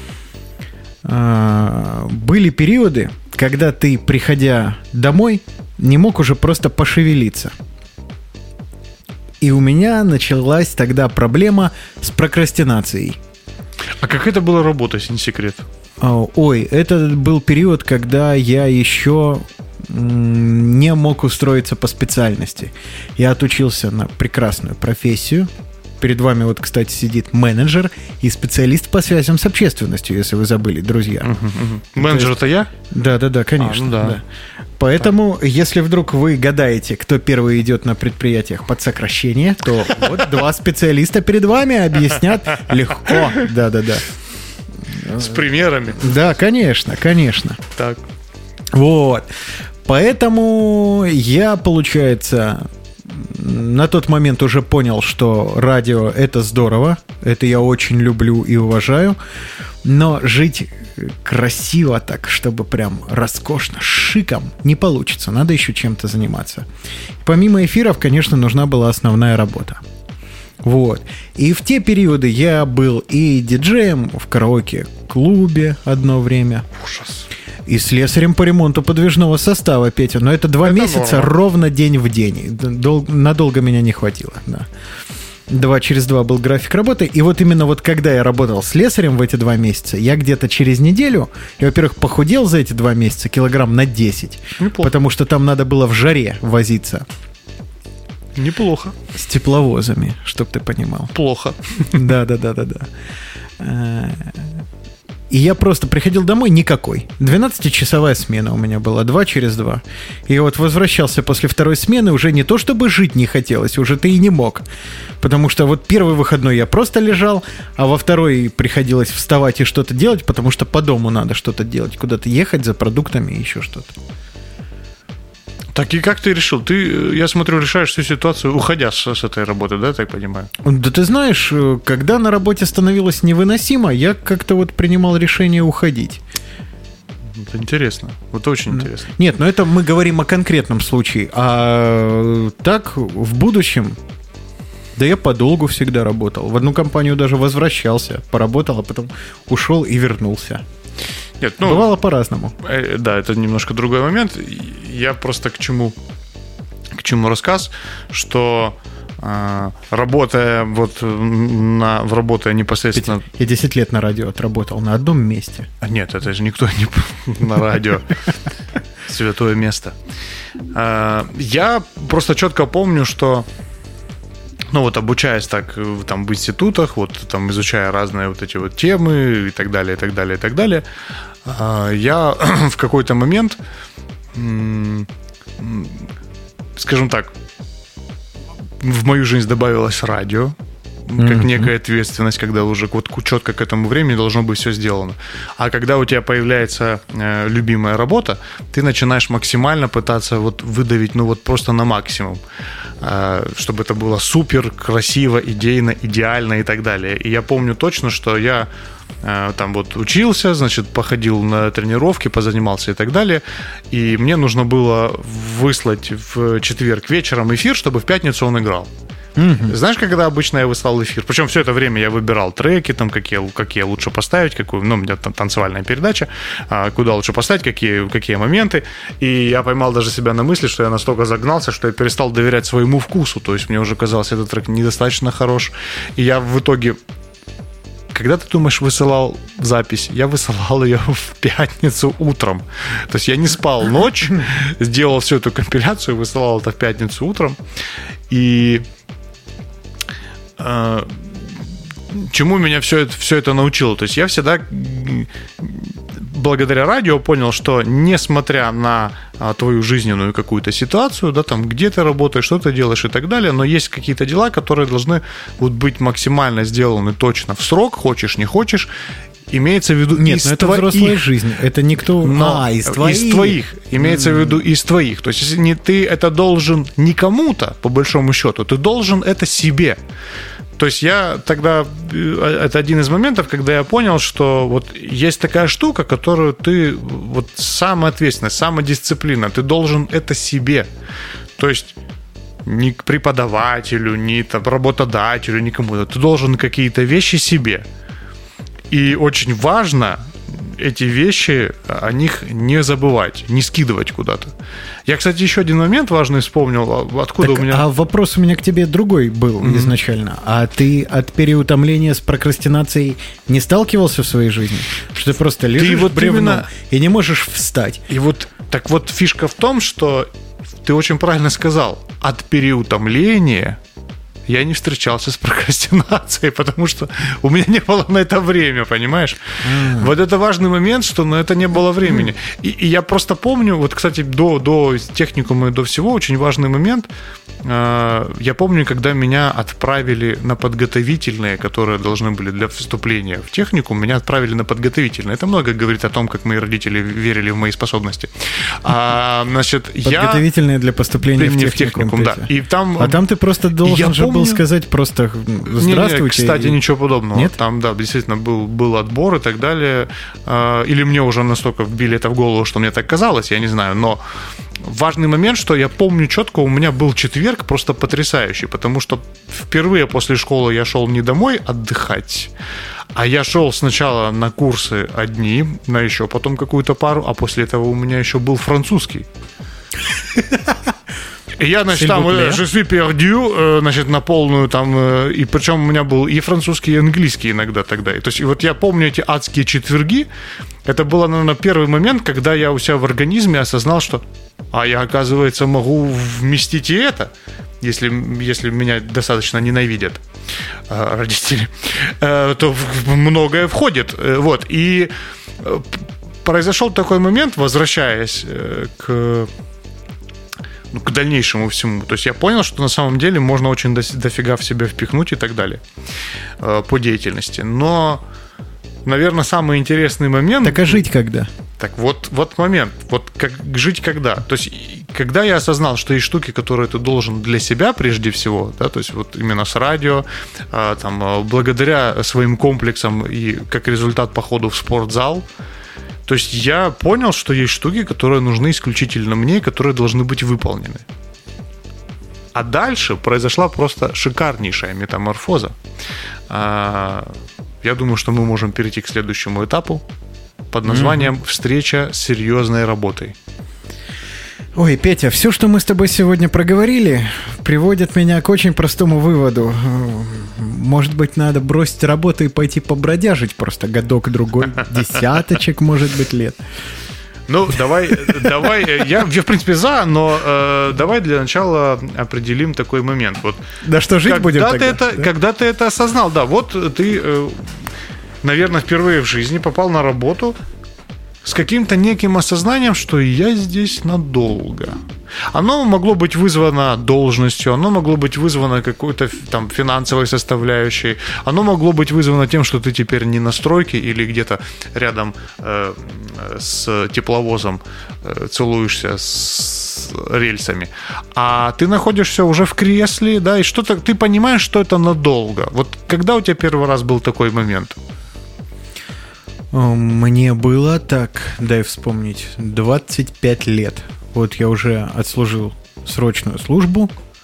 Были периоды, когда ты, приходя домой, не мог уже просто пошевелиться. И у меня началась тогда проблема с прокрастинацией. А как это была работа, если не секрет? Ой, это был период, когда я еще не мог устроиться по специальности. Я отучился на прекрасную профессию. Перед вами вот, кстати, сидит менеджер и специалист по связям с общественностью, если вы забыли, друзья. Uh-huh, uh-huh. Менеджер это я? Да, да, да, конечно. А, ну да. Да. Поэтому, так. Если вдруг вы гадаете, кто первый идет на предприятиях под сокращение, то вот два специалиста перед вами объяснят легко. Да, да, да. С примерами. Да, конечно, конечно. Так. Вот. Поэтому я, получается, на тот момент уже понял, что радио — это здорово, это я очень люблю и уважаю, но жить красиво так, чтобы прям роскошно, шиком, не получится, надо еще чем-то заниматься. Помимо эфиров, конечно, нужна была основная работа. Вот. И в те периоды я был и диджеем в караоке-клубе одно время. Ужас. И слесарем по ремонту подвижного состава, Петя. Но это два это месяца норма. Ровно день в день. Дол- надолго меня не хватило. Да. Два через два был график работы. И вот именно вот когда я работал слесарем в эти два месяца, я где-то через неделю, я, во-первых, похудел за эти два месяца килограмм на десять. Неплохо. Потому что там надо было в жаре возиться. Неплохо. С тепловозами, чтоб ты понимал. Плохо. Да-да-да-да-да. И я просто приходил домой никакой. двенадцатичасовая смена у меня была, два через два. И я вот возвращался после второй смены, уже не то чтобы жить не хотелось, уже ты и не мог. Потому что вот первый выходной я просто лежал, а во второй приходилось вставать и что-то делать, потому что по дому надо что-то делать, куда-то ехать за продуктами и еще что-то. Так и как ты решил? Ты, я смотрю, решаешь всю ситуацию, уходя с, с этой работы, да, так понимаю? Да ты знаешь, когда на работе становилось невыносимо, я как-то вот принимал решение уходить. Это интересно. Вот очень интересно. Нет, но это мы говорим о конкретном случае. А так, в будущем, да я подолгу всегда работал. В одну компанию даже возвращался, поработал, а потом ушел и вернулся. Нет, ну, бывало по-разному. Э, да, это немножко другой момент. Я просто к чему, к чему рассказ, что э, работая вот на, в работая непосредственно... Я десять лет на радио отработал на одном месте. А нет, это же никто не на радио. Святое место. Я просто четко помню, что, ну вот обучаясь так там в институтах, вот там изучая разные вот эти вот темы и так далее, и так далее, и так далее, я в какой-то момент, скажем так, в мою жизнь добавилось радио, как mm-hmm. некая ответственность, когда уже вот четко к этому времени должно быть все сделано. А когда у тебя появляется э, любимая работа, ты начинаешь максимально пытаться вот выдавить, ну вот просто на максимум, э, чтобы это было супер, красиво, идейно, идеально и так далее. И я помню точно, что я э, там вот учился, значит, походил на тренировки, позанимался и так далее, и мне нужно было выслать в четверг вечером эфир, чтобы в пятницу он играл. Mm-hmm. Знаешь, когда обычно я выслал эфир? Причем все это время я выбирал треки, там, какие, какие лучше поставить, какую, ну, у меня там танцевальная передача, куда лучше поставить, какие, какие моменты. И я поймал даже себя на мысли, что я настолько загнался, что я перестал доверять своему вкусу. То есть мне уже казалось, этот трек недостаточно хорош. И я в итоге... Когда ты думаешь, высылал запись? Я высылал ее в пятницу утром. То есть я не спал ночь, сделал всю эту компиляцию, высылал это в пятницу утром. И э, чему меня все это, все это научило? То есть я всегда благодаря радио понял, что несмотря на а, твою жизненную какую-то ситуацию, да, там, где ты работаешь, что ты делаешь и так далее, но есть какие-то дела, которые должны вот, быть максимально сделаны точно в срок, хочешь, не хочешь. Имеется в виду Нет, из но это твоих. Взрослая жизнь. Это никто... Но а, из твоих. Из твоих. Имеется mm. в виду из твоих. То есть, если не ты это должен не кому-то, по большому счету, ты должен это себе. То есть я тогда... Это один из моментов, когда я понял, что вот есть такая штука, которую ты... Вот самоответственность, самодисциплина. Ты должен это себе. То есть не к преподавателю, не там, работодателю, никому. Ты должен какие-то вещи себе. И очень важно эти вещи, о них не забывать, не скидывать куда-то. Я, кстати, еще один момент важный вспомнил. Откуда так, у меня... А вопрос у меня к тебе другой был mm-hmm. изначально. А ты от переутомления с прокрастинацией не сталкивался в своей жизни? Что ты просто лежишь вот бревном именно... и не можешь встать? И вот, так вот фишка в том, что ты очень правильно сказал. От переутомления... я не встречался с прокрастинацией, потому что у меня не было на это время, понимаешь? Mm. Вот это важный момент, что на это не было времени. Mm. И, и я просто помню, вот, кстати, до, до техникума и до всего очень важный момент. Э, я помню, когда меня отправили на подготовительные, которые должны были для вступления в техникум, меня отправили на подготовительные. Это много говорит о том, как мои родители верили в мои способности. А, значит, подготовительные я... для поступления в техникум. В техникум да. И там... А там ты просто должен же был сказать просто здравствуйте. Не, не, кстати, и... ничего подобного. Нет? Там, да, действительно был, был отбор и так далее. Или мне уже настолько вбили это в голову, что мне так казалось, я не знаю. Но важный момент, что я помню четко, у меня был четверг просто потрясающий, потому что впервые после школы я шел не домой отдыхать, а я шел сначала на курсы одни, на еще потом какую-то пару, а после этого у меня еще был французский. И я, значит, там je suis perdu, значит, на полную там, и причем у меня был и французский, и английский иногда тогда. И, то есть, и вот я помню эти адские четверги, это было, наверное, первый момент, когда я у себя в организме осознал, что, а я, оказывается, могу вместить и это, если, если меня достаточно ненавидят родители, то многое входит. Вот, и произошел такой момент, возвращаясь к... Ну, к дальнейшему всему. То есть я понял, что на самом деле можно очень дофига в себя впихнуть и так далее э, по деятельности. Но, наверное, самый интересный момент... Так а жить когда? Так вот, вот момент. Вот как, жить когда? То есть когда я осознал, что есть штуки, которые ты должен для себя прежде всего, да, то есть вот именно с радио, э, там, благодаря своим комплексам и как результат походу в спортзал, то есть я понял, что есть штуки, которые нужны исключительно мне, которые должны быть выполнены. А дальше произошла просто шикарнейшая метаморфоза. Я думаю, что мы можем перейти к следующему этапу под названием mm-hmm. «Встреча с серьезной работой». Ой, Петя, все, что мы с тобой сегодня проговорили, приводит меня к очень простому выводу. Может быть, надо бросить работу и пойти побродяжить просто годок-другой, десяточек, может быть, лет. Ну, давай, давай, я, в принципе, за, но э, давай для начала определим такой момент. Вот, да что, жить когда будем ты тогда? Это, Да? Когда ты это осознал, да, вот ты, э, наверное, впервые в жизни попал на работу с каким-то неким осознанием, что я здесь надолго. Оно могло быть вызвано должностью, оно могло быть вызвано какой-то там финансовой составляющей, оно могло быть вызвано тем, что ты теперь не на стройке или где-то рядом э, с тепловозом э, целуешься с рельсами, а ты находишься уже в кресле, да, и что-то ты понимаешь, что это надолго. Вот когда у тебя первый раз был такой момент? Мне было так, дай вспомнить, двадцать пять лет. Вот я уже отслужил срочную службу,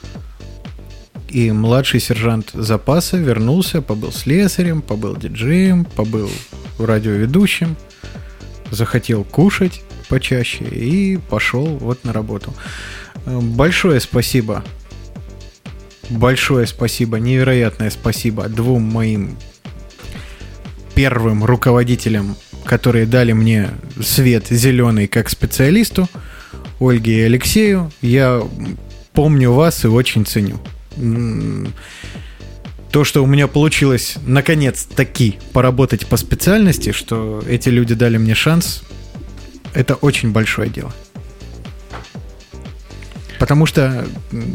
и младший сержант запаса вернулся, побыл слесарем, побыл диджеем, побыл радиоведущим, захотел кушать почаще и пошел вот на работу. Большое спасибо, большое спасибо, невероятное спасибо двум моим первым руководителям, которые дали мне свет зеленый как специалисту, Ольге и Алексею. Я помню вас и очень ценю. То, что у меня получилось наконец-таки поработать по специальности, что эти люди дали мне шанс, это очень большое дело. Потому что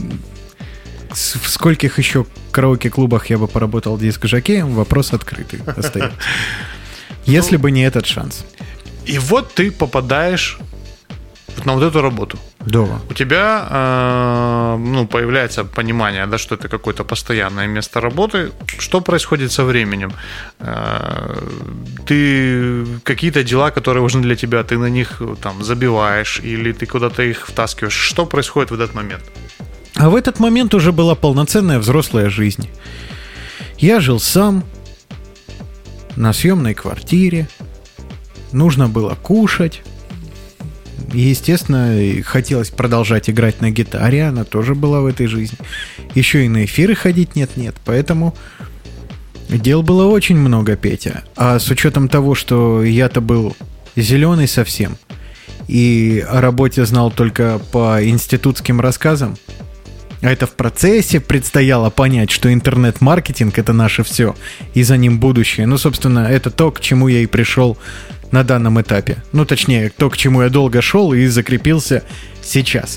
в скольких еще караоке-клубах я бы поработал диск-жокеем, вопрос открытый остается. Если бы не этот шанс. И вот ты попадаешь на вот эту работу. Да. У тебя э, ну, появляется понимание, да, что это какое-то постоянное место работы. Что происходит со временем? Э, ты какие-то дела, которые важны для тебя, ты на них там забиваешь или ты куда-то их втаскиваешь. Что происходит в этот момент? А в этот момент уже была полноценная взрослая жизнь. Я жил сам, на съемной квартире, нужно было кушать. Естественно, хотелось продолжать играть на гитаре, она тоже была в этой жизни. Еще и на эфиры ходить нет-нет, поэтому дел было очень много, Петя. А с учетом того, что я-то был зеленый совсем, и о работе знал только по институтским рассказам, а это в процессе предстояло понять, что интернет-маркетинг — это наше все, и за ним будущее. Ну, собственно, это то, к чему я и пришел на данном этапе. Ну, точнее, то, к чему я долго шел и закрепился сейчас.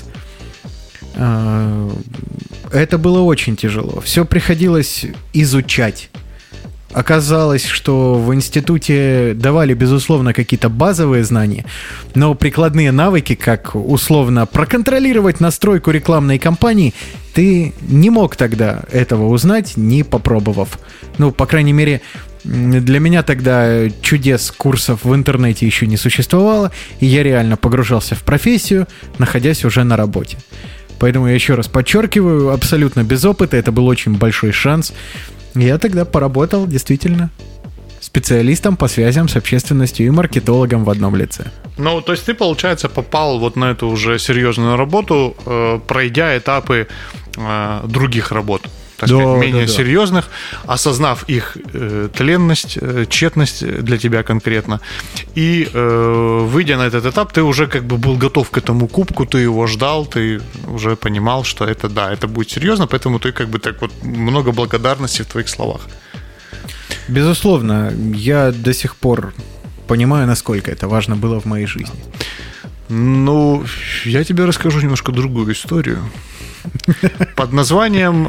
Это было очень тяжело. Все приходилось изучать. Оказалось, что в институте давали, безусловно, какие-то базовые знания, но прикладные навыки, как условно проконтролировать настройку рекламной кампании, ты не мог тогда этого узнать, не попробовав. Ну, по крайней мере, для меня тогда чудес курсов в интернете еще не существовало, и я реально погружался в профессию, находясь уже на работе. Поэтому я еще раз подчеркиваю, абсолютно без опыта, это был очень большой шанс. Я тогда поработал действительно специалистом по связям с общественностью и маркетологом в одном лице. Ну, то есть ты, получается, попал вот на эту уже серьезную работу, э, пройдя этапы э, других работ, так да, сказать, менее да, да. серьезных, осознав их э, тленность, э, тщетность для тебя конкретно. И э, выйдя на этот этап, ты уже как бы был готов к этому кубку, ты его ждал, ты уже понимал, что это, да, это будет серьезно, поэтому ты как бы так вот много благодарности в твоих словах. Безусловно, я до сих пор понимаю, насколько это важно было в моей жизни. Ну, я тебе расскажу немножко другую историю. Под названием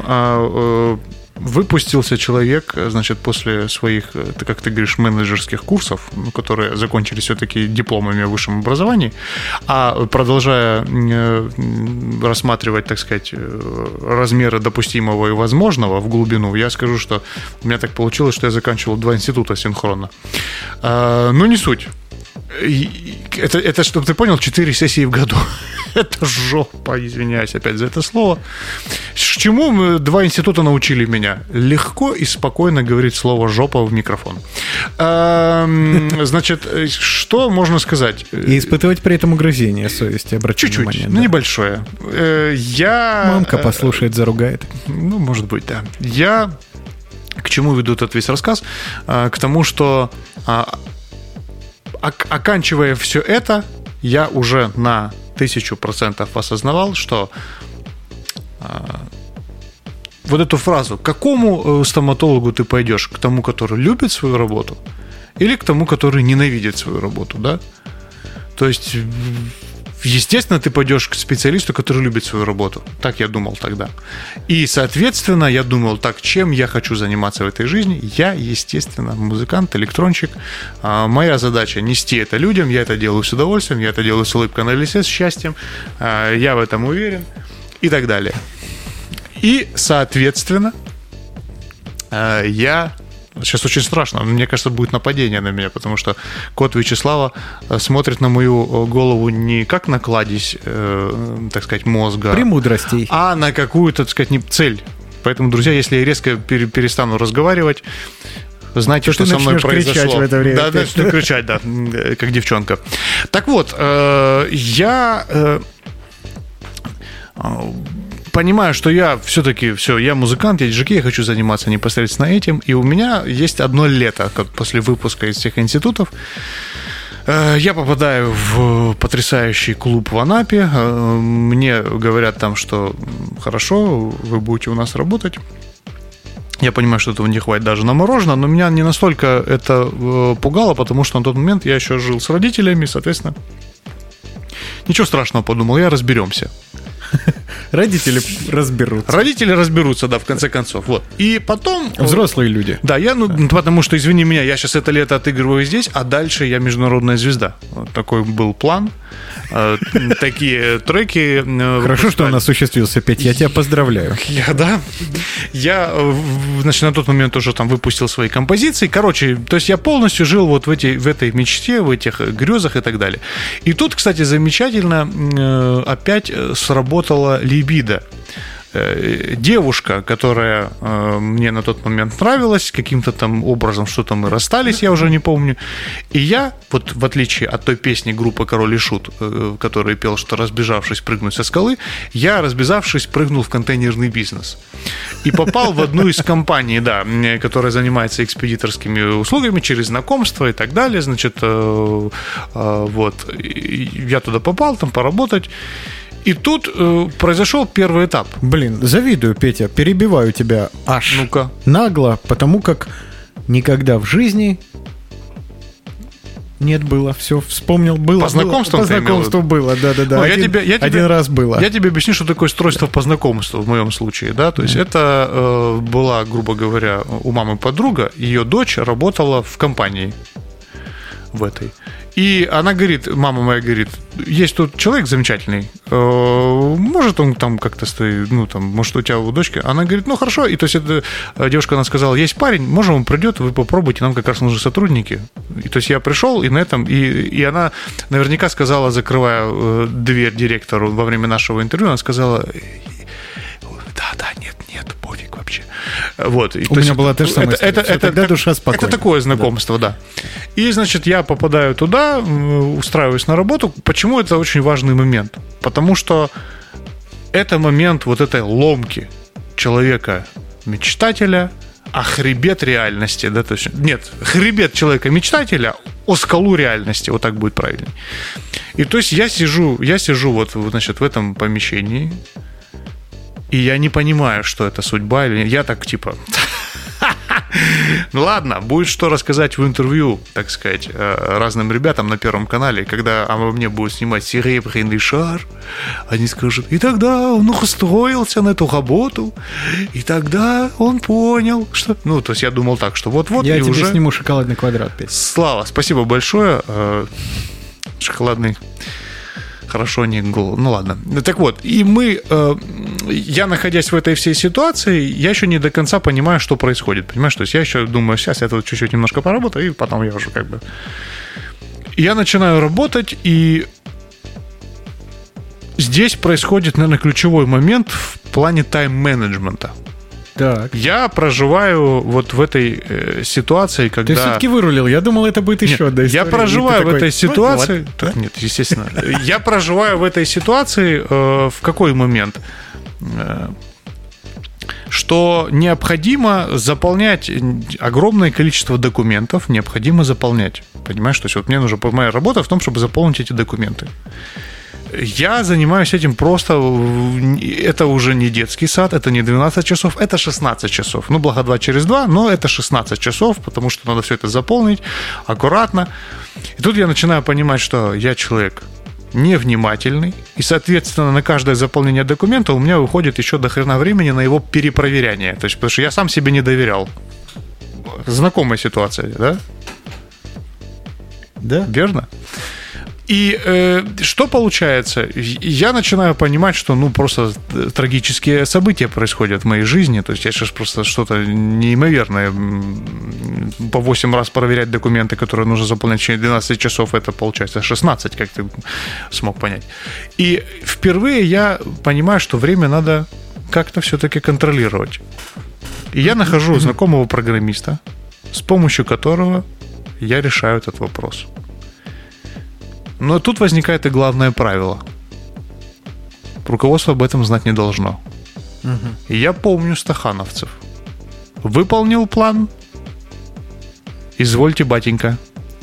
выпустился человек, значит, после своих, как ты говоришь, менеджерских курсов, которые закончились все-таки дипломами о высшем образовании, а продолжая рассматривать, так сказать, размеры допустимого и возможного в глубину, я скажу, что у меня так получилось, что я заканчивал два института синхронно. Ну, не суть. Это, это, чтобы ты понял, четыре сессии в году. Это жопа, извиняюсь опять за это слово. Чему мы, два института научили меня? Легко и спокойно говорить слово «жопа» в микрофон. Значит, что можно сказать? И испытывать при этом угрызение совести, обрати Чуть-чуть, внимание. ну Да. небольшое. Я... Мамка послушает, заругает. Ну, может быть, да. Я к чему веду этот весь рассказ? К тому, что оканчивая все это, я уже на тысячу процентов осознавал, что вот эту фразу: к какому стоматологу ты пойдешь? К тому, который любит свою работу, или к тому, который ненавидит свою работу, да? То есть, естественно, ты пойдешь к специалисту, который любит свою работу. Так я думал тогда. И, соответственно, я думал, так, чем я хочу заниматься в этой жизни? Я, естественно, музыкант, электронщик. Моя задача — нести это людям. Я это делаю с удовольствием, я это делаю с улыбкой на лице, с счастьем. Я в этом уверен. И так далее. И, соответственно, я... Сейчас очень страшно. Мне кажется, будет нападение на меня, потому что кот Вячеслава смотрит на мою голову не как на кладезь, э, так сказать, мозга, премудростей, а на какую-то, так сказать, не цель. Поэтому, друзья, если я резко перестану разговаривать, знаете, что, что со мной произошло. Кричать в это время. Да, начну кричать, да, как девчонка. Так вот, э, я... Э, понимаю, что я все-таки, все, я музыкант, я диджей, я хочу заниматься непосредственно этим, и у меня есть одно лето, как после выпуска из всех институтов. Я попадаю в потрясающий клуб в Анапе, мне говорят там, что хорошо, вы будете у нас работать. Я понимаю, что этого не хватит даже на мороженое, но меня не настолько это пугало, потому что на тот момент я еще жил с родителями, соответственно, ничего страшного, подумал я, разберемся. Родители разберутся. Родители разберутся, да, в конце концов. Вот. И потом... Взрослые люди. Да, я, ну, потому что, извини меня, я сейчас это лето отыгрываю здесь, а дальше я международная звезда. Вот такой был план. Такие треки. Хорошо, что он осуществился, Петь, я тебя поздравляю. Я, да. Я, значит, на тот момент уже там выпустил свои композиции. Короче, то есть я полностью жил вот в, эти, в этой мечте, в этих грезах и так далее. И тут, кстати, замечательно опять сработала либидо. Девушка, которая э, мне на тот момент нравилась, каким-то там образом что-то мы расстались, я уже не помню. И я, вот в отличие от той песни группы «Король и Шут», э, который пел, что разбежавшись прыгнуть со скалы, я, разбежавшись, прыгнул в контейнерный бизнес. И попал в одну из компаний, да, которая занимается экспедиторскими услугами через знакомство и так далее. Значит, э, э, вот, я туда попал, там поработать. И тут э, произошел первый этап. Блин, завидую, Петя, перебиваю тебя аж Ну-ка. нагло, потому как никогда в жизни нет было. Все, вспомнил, было. По знакомству? По знакомству было, да-да-да. Ну, один, я тебе, я один тебе, раз было. Я тебе объясню, что такое устройство по знакомству в моем случае. Да? То есть mm. это э, была, грубо говоря, у мамы подруга, ее дочь работала в компании в этой. И она говорит, мама моя говорит, есть тут человек замечательный, может он там как-то стоит, ну там, может у тебя у дочки. Она говорит, ну хорошо, и то есть эта девушка, она сказала, есть парень, может он придет, вы попробуйте, нам как раз нужны сотрудники. И то есть я пришел, и на этом, и, и она наверняка сказала, закрывая дверь директору во время нашего интервью, она сказала, да, да, нет, нет, пофиг вообще. Вот. И, у меня была та же самая история. Это, это, тогда это, душа спокойна. Это такое знакомство, да. да. И, значит, я попадаю туда, устраиваюсь на работу. Почему это очень важный момент? Потому что это момент вот этой ломки человека-мечтателя, а хребет реальности. Да, то есть, нет, хребет человека-мечтателя о скалу реальности, вот так будет правильнее. И то есть я сижу, я сижу вот, значит, в этом помещении, и я не понимаю, что это судьба или нет. Я так типа... Ну ладно, будет что рассказать в интервью, так сказать, разным ребятам на Первом канале, когда обо мне будут снимать «Серебряный шар», они скажут, и тогда он устроился на эту работу, и тогда он понял, что... Ну, то есть я думал так, что вот-вот я и тебе уже... сниму шоколадный квадрат, Петь. Слава, спасибо большое. Шоколадный... Хорошо, не голову. Ну ладно. Так вот, и мы, э, я, находясь в этой всей ситуации, я еще не до конца понимаю, что происходит. Понимаешь? То есть я еще думаю, сейчас я тут чуть-чуть немножко поработаю, и потом я уже как бы... Я начинаю работать, и здесь происходит, наверное, ключевой момент в плане тайм-менеджмента. Так. Я проживаю вот в этой э, ситуации, когда... Ты все-таки вырулил, я думал, это будет еще нет, одна история. Я проживаю в такой, этой ситуации... Ну, вот, да? Нет, естественно. Я проживаю в этой ситуации э, в какой момент? Э, что необходимо заполнять огромное количество документов, необходимо заполнять. понимаешь? То есть вот мне нужна моя работа в том, чтобы заполнить эти документы. Я занимаюсь этим просто, это уже не детский сад, это не двенадцать часов, это шестнадцать часов. Ну, благо два через два, но это шестнадцать часов, потому что надо все это заполнить аккуратно. И тут я начинаю понимать, что я человек невнимательный, и, соответственно, на каждое заполнение документа у меня выходит еще до хрена времени на его перепроверяние. То есть, потому что я сам себе не доверял. Знакомая ситуация, да? Да. Верно? И э, что получается? Я начинаю понимать, что ну просто трагические события происходят в моей жизни. То есть я сейчас просто что-то неимоверное. По восемь раз проверять документы, которые нужно заполнять в течение двенадцати часов, это получается шестнадцать, как ты смог понять. И впервые я понимаю, что время надо как-то все-таки контролировать. И я нахожу знакомого программиста, с помощью которого я решаю этот вопрос. Но тут возникает и главное правило. Руководство об этом знать не должно. Угу. И я помню стахановцев. Выполнил план. Извольте, батенька.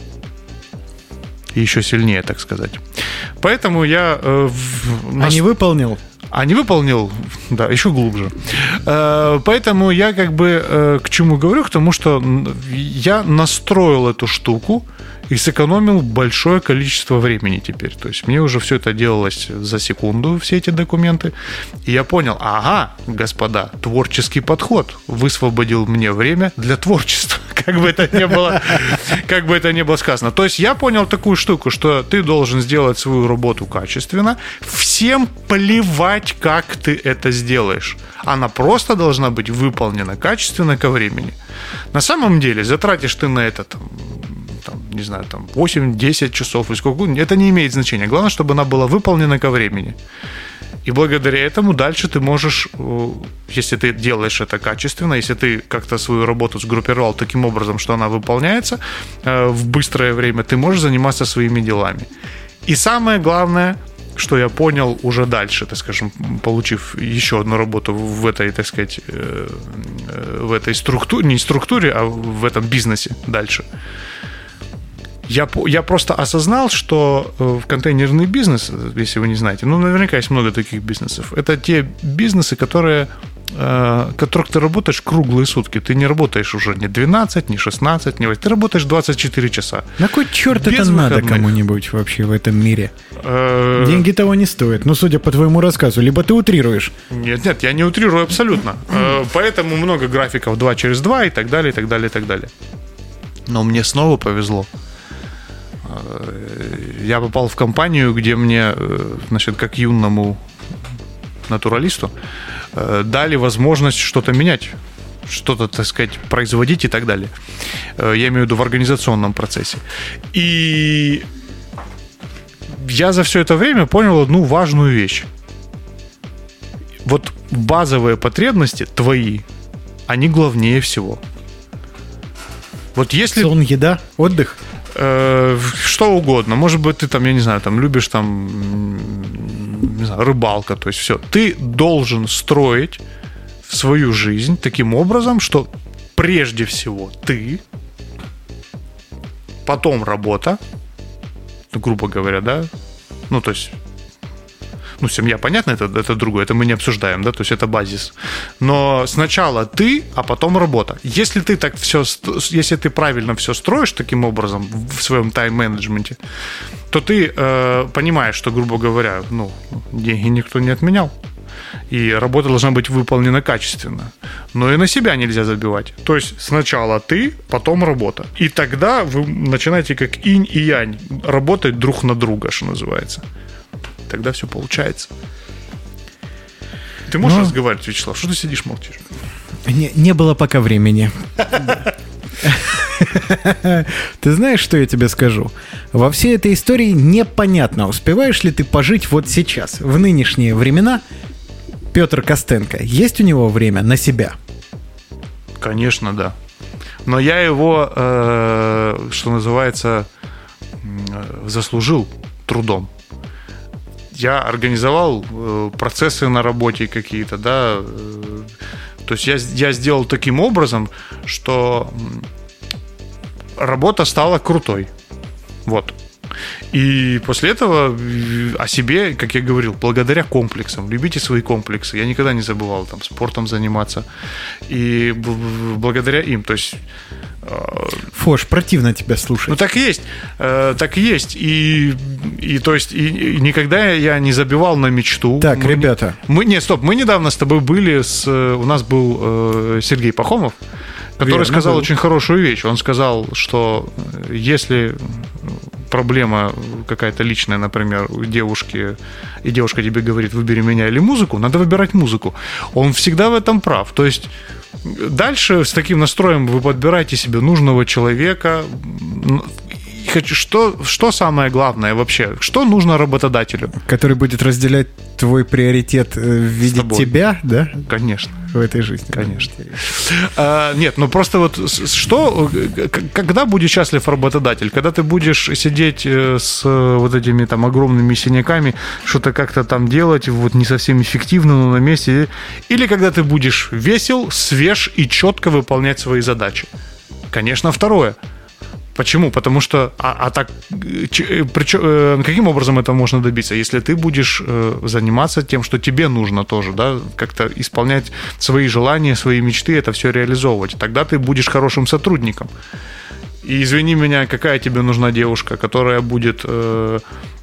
И еще сильнее, так сказать. Поэтому я... Э, в, а не выполнил? А не выполнил, да, еще глубже. Э, поэтому я как бы э, к чему говорю? К тому, что я настроил эту штуку и сэкономил большое количество времени теперь. То есть мне уже все это делалось за секунду, все эти документы. И я понял, ага, господа, творческий подход высвободил мне время для творчества. Как бы это ни было, как бы это ни было сказано. То есть я понял такую штуку, что ты должен сделать свою работу качественно. Всем плевать, как ты это сделаешь. Она просто должна быть выполнена качественно ко времени. На самом деле, затратишь ты на это там, там, не знаю, там восемь-десять часов, или сколько, это не имеет значения. Главное, чтобы она была выполнена ко времени. И благодаря этому дальше ты можешь, если ты делаешь это качественно, если ты как-то свою работу сгруппировал таким образом, что она выполняется в быстрое время, ты можешь заниматься своими делами. И самое главное, что я понял уже дальше, так скажем, получив еще одну работу в этой, так сказать, в этой структуре, не структуре, а в этом бизнесе дальше. Я, я просто осознал, что в контейнерный бизнес, если вы не знаете, ну, наверняка есть много таких бизнесов. Это те бизнесы, которые, э, в которых ты работаешь круглые сутки. Ты не работаешь уже не двенадцать, не шестнадцать, не восемь. Ты работаешь двадцать четыре часа. На кой черт это выходных. Надо кому-нибудь вообще в этом мире? Э... Деньги того не стоят. Ну, судя по твоему рассказу, либо ты утрируешь. Нет, нет, я не утрирую абсолютно. Э, поэтому много графиков два через два и так далее, и так далее, и так далее. Но мне снова повезло. Я попал в компанию, где мне, значит, как юному натуралисту, дали возможность что-то менять, что-то, так сказать, производить и так далее. Я имею в виду в организационном процессе. И я за все это время понял одну важную вещь. Вот базовые потребности твои, они главнее всего. Вот если... Сон, еда, отдых? Что угодно. Может быть, ты там, я не знаю, там любишь там, не знаю, рыбалка, то есть все. Ты должен строить свою жизнь таким образом, что прежде всего ты, потом работа, ну, грубо говоря, да, ну, то есть, ну, семья, понятно, это, это другое, это мы не обсуждаем, да, то есть это базис. Но сначала ты, а потом работа. Если ты так все, если ты правильно все строишь таким образом в своем тайм-менеджменте, то ты э, понимаешь, что, грубо говоря, ну, деньги никто не отменял. И работа должна быть выполнена качественно. Но и на себя нельзя забивать. То есть сначала ты, потом работа. И тогда вы начинаете как инь и янь работать друг на друга, что называется. Тогда все получается. Ты можешь Но... разговаривать, Вячеслав? Что ты сидишь, молчишь? Не, не было пока времени. Ты знаешь, что я тебе скажу? Во всей этой истории непонятно, успеваешь ли ты пожить вот сейчас, в нынешние времена. Петр Костенко, есть у него время на себя? Конечно, да. Но я его, э, что называется, заслужил трудом. Я организовал э, процессы на работе какие-то, да. Э, то есть я, я сделал таким образом, что работа стала крутой. Вот. И после этого о себе, как я говорил, благодаря комплексам, любите свои комплексы. Я никогда не забывал там спортом заниматься. И благодаря им, то есть... Фош, противно тебя слушать. Ну, так и есть. Так и есть. И, и то есть, и, и никогда я не забивал на мечту. Так, мы, ребята. Мы, нет, стоп, мы недавно с тобой были с... У нас был э, Сергей Пахомов, который Верно, сказал был. очень хорошую вещь. Он сказал, что если проблема какая-то личная, например, у девушки, и девушка тебе говорит, выбери меня или музыку, надо выбирать музыку. Он всегда в этом прав. То есть дальше с таким настроем вы подбираете себе нужного человека. Хочу, что, что самое главное вообще? Что нужно работодателю? Который будет разделять твой приоритет видеть тебя, да? Конечно. В этой жизни. Конечно. А, нет, ну просто вот что, когда будет счастлив работодатель? Когда ты будешь сидеть с вот этими там огромными синяками, что-то как-то там делать, вот не совсем эффективно, но на месте, или когда ты будешь весел, свеж и четко выполнять свои задачи? Конечно, второе. Почему? Потому что, а, а так, причем, э, каким образом это можно добиться? Если ты будешь э, заниматься тем, что тебе нужно тоже, да, как-то исполнять свои желания, свои мечты, это все реализовывать, тогда ты будешь хорошим сотрудником. И извини меня, какая тебе нужна девушка, которая будет... Э,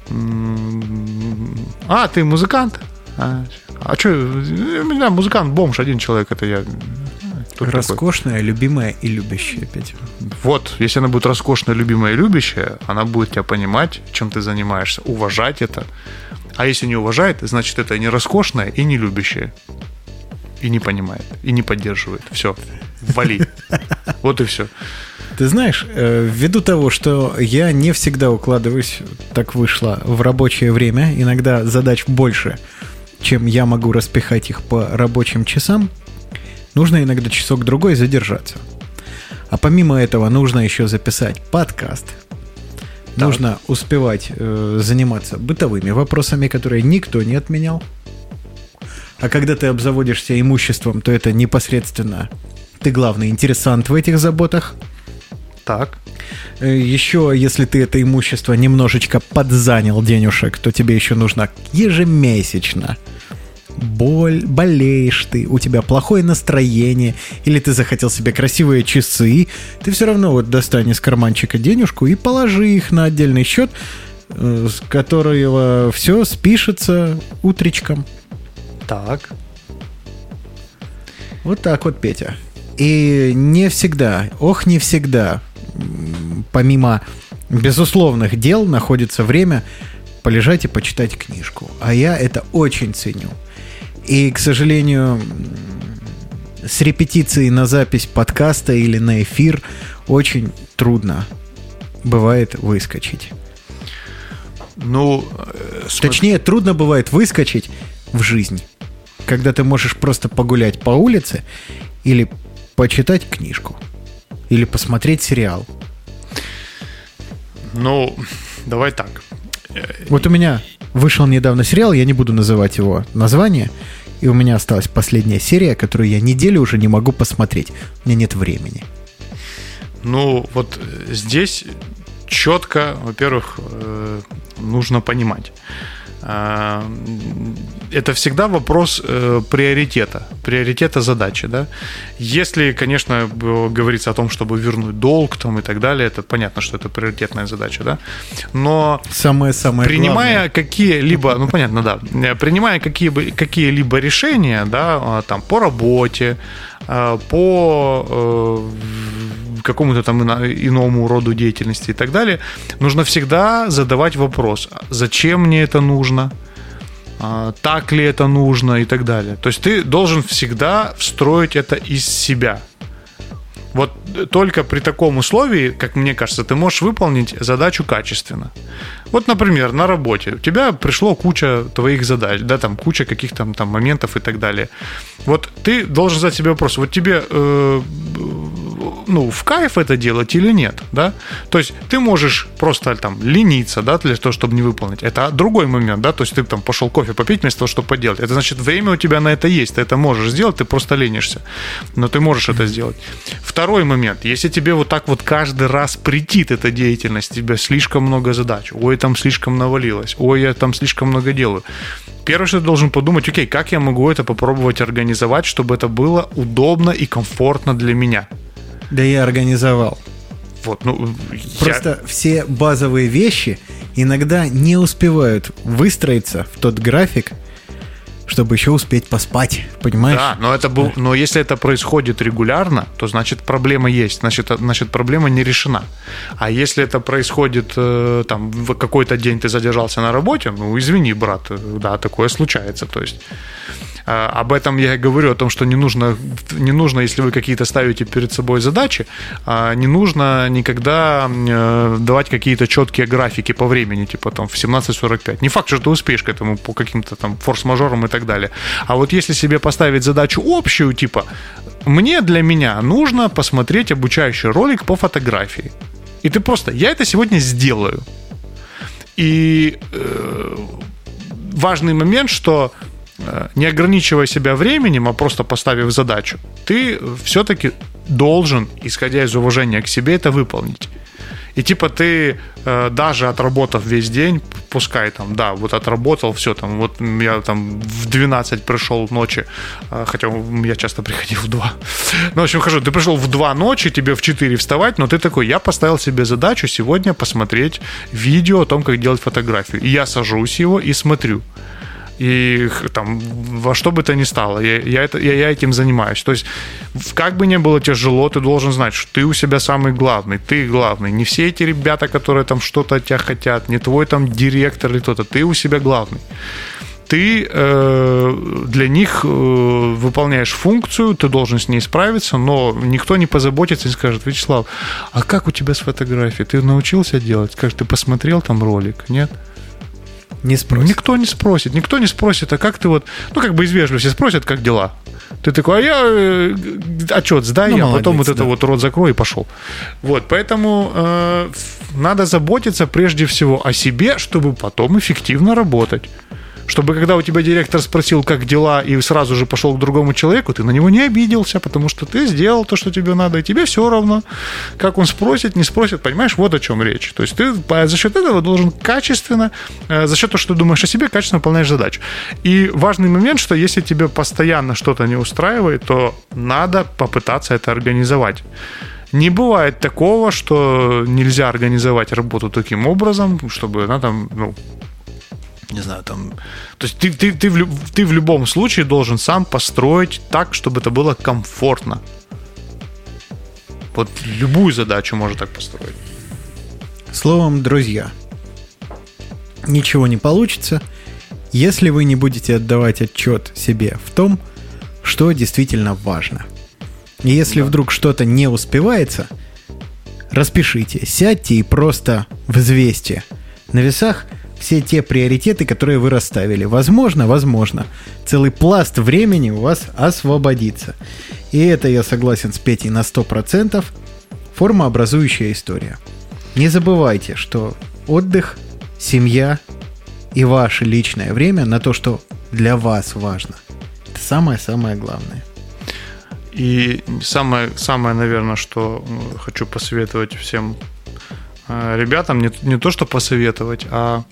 а, ты музыкант? А, а что, у меня музыкант, бомж, один человек, это я... Роскошная, такой? Любимая и любящая, Петя. Вот, если она будет роскошная, любимая и любящая, она будет тебя понимать, чем ты занимаешься, уважать это. А если не уважает, значит, это не роскошная и не любящая. И не понимает, и не поддерживает. Все, вали. Вот и все. Ты знаешь, ввиду того, что я не всегда укладываюсь, так вышло, в рабочее время, иногда задач больше, чем я могу распихать их по рабочим часам, нужно иногда часок-другой задержаться. А помимо этого нужно еще записать подкаст. Так. Нужно успевать э, заниматься бытовыми вопросами, которые никто не отменял. А когда ты обзаводишься имуществом, то это непосредственно ты главный интересант в этих заботах. Так. Еще, если ты это имущество немножечко подзанял денежек, то тебе еще нужно ежемесячно. Боль, болеешь ты, у тебя плохое настроение, или ты захотел себе красивые часы, ты все равно вот достань из карманчика денежку и положи их на отдельный счет, с которого все спишется утречком. Так. Вот так вот, Петя. И не всегда, ох, не всегда, помимо безусловных дел, находится время полежать и почитать книжку. А я это очень ценю. И, к сожалению, с репетицией на запись подкаста или на эфир очень трудно бывает выскочить. Ну, смотри. Точнее, трудно бывает выскочить в жизнь, когда ты можешь просто погулять по улице или почитать книжку, или посмотреть сериал. Ну, давай так. Вот у меня вышел недавно сериал, я не буду называть его название, и у меня осталась последняя серия, которую я неделю уже не могу посмотреть. У меня нет времени. Ну, вот здесь четко, во-первых, нужно понимать. Это всегда вопрос э, приоритета, приоритета задачи, да. Если, конечно, говорится о том, чтобы вернуть долг там, и так далее, это понятно, что это приоритетная задача, да. Но самое-самое принимая главное. какие-либо, ну понятно, да, принимая какие, какие-либо решения, да, там по работе, по э, какому-то там иному роду деятельности и так далее, нужно всегда задавать вопрос: зачем мне это нужно, так ли это нужно и так далее. То есть ты должен всегда встроить это из себя. Вот только при таком условии, как мне кажется, ты можешь выполнить задачу качественно. Вот, например, на работе у тебя пришло куча твоих задач, да, там куча каких-то там моментов и так далее. Вот ты должен задать себе вопрос: вот тебе э, ну, в кайф это делать или нет, да? То есть ты можешь просто там лениться, да, для того, чтобы не выполнить. Это другой момент, да, то есть ты там пошел кофе попить вместо того, чтобы поделать. Это значит, время у тебя на это есть, ты это можешь сделать, ты просто ленишься, но ты можешь это сделать. Второй момент, если тебе вот так вот каждый раз претит эта деятельность, тебе слишком много задач, ой, там слишком навалилось, ой, я там слишком много делаю. Первое, что ты должен подумать, окей, как я могу это попробовать организовать, чтобы это было удобно и комфортно для меня. Да я организовал. Вот, ну, Просто я... все базовые вещи иногда не успевают выстроиться в тот график, чтобы еще успеть поспать, понимаешь? Да, но, это был, но если это происходит регулярно, то значит проблема есть, значит, значит проблема не решена. А если это происходит э, там, в какой-то день ты задержался на работе, ну извини, брат, да, такое случается. То есть э, об этом я и говорю, о том, что не нужно, не нужно, если вы какие-то ставите перед собой задачи, э, не нужно никогда э, давать какие-то четкие графики по времени, типа там в семнадцать сорок пять. Не факт, что ты успеешь к этому по каким-то там форс-мажорам и так далее. А вот если себе поставить задачу общую, типа, мне для меня нужно посмотреть обучающий ролик по фотографии. И ты просто, я это сегодня сделаю. И э, важный момент, что э, не ограничивая себя временем, а просто поставив задачу, ты все-таки должен, исходя из уважения к себе, это выполнить. И типа ты э, даже отработав весь день, пускай там, да, вот отработал, все там, вот я там в двенадцать пришел ночи, э, хотя я часто приходил в два. Ну, в общем, хожу, ты пришел в два ночи, тебе в четыре вставать, но ты такой, я поставил себе задачу сегодня посмотреть видео о том, как делать фотографию. И я сажусь его и смотрю. И там во что бы то ни стало, я, я, это, я, я этим занимаюсь. То есть, как бы ни было тяжело, ты должен знать, что ты у себя самый главный, ты главный. Не все эти ребята, которые там что-то от тебя хотят, не твой там директор или кто-то, ты у себя главный. Ты э, для них э, выполняешь функцию, ты должен с ней справиться, но никто не позаботится и скажет, Вячеслав, а как у тебя с фотографией? Ты научился делать? Скажешь, ты посмотрел там ролик? Нет? Не спросит. Никто не спросит, никто не спросит, а как ты вот, ну как бы из вежливости спросят, как дела. Ты такой, а я э, отчет сдай, ну, а молодец, потом вот да. это вот рот закрой и пошел. Вот, поэтому э, надо заботиться прежде всего о себе, чтобы потом эффективно работать. Чтобы когда у тебя директор спросил, как дела, и сразу же пошел к другому человеку, ты на него не обиделся, потому что ты сделал то, что тебе надо, и тебе все равно, как он спросит, не спросит, понимаешь, вот о чем речь. То есть ты за счет этого должен качественно, за счет того, что ты думаешь о себе, качественно выполняешь задачу. И важный момент, что если тебе постоянно что-то не устраивает, то надо попытаться это организовать. Не бывает такого, что нельзя организовать работу таким образом, чтобы она там, ну, не знаю, там... То есть ты, ты, ты, в, ты в любом случае должен сам построить так, чтобы это было комфортно. Вот любую задачу можно так построить. Словом, друзья, ничего не получится, если вы не будете отдавать отчет себе в том, что действительно важно. И если да. вдруг что-то не успевается, распишите, сядьте и просто взвесьте на весах все те приоритеты, которые вы расставили. Возможно, возможно, целый пласт времени у вас освободится. И это, я согласен с Петей на сто процентов, формообразующая история. Не забывайте, что отдых, семья и ваше личное время на то, что для вас важно, это самое-самое главное. И самое, самое, наверное, что хочу посоветовать всем ребятам, не, не то, что посоветовать, а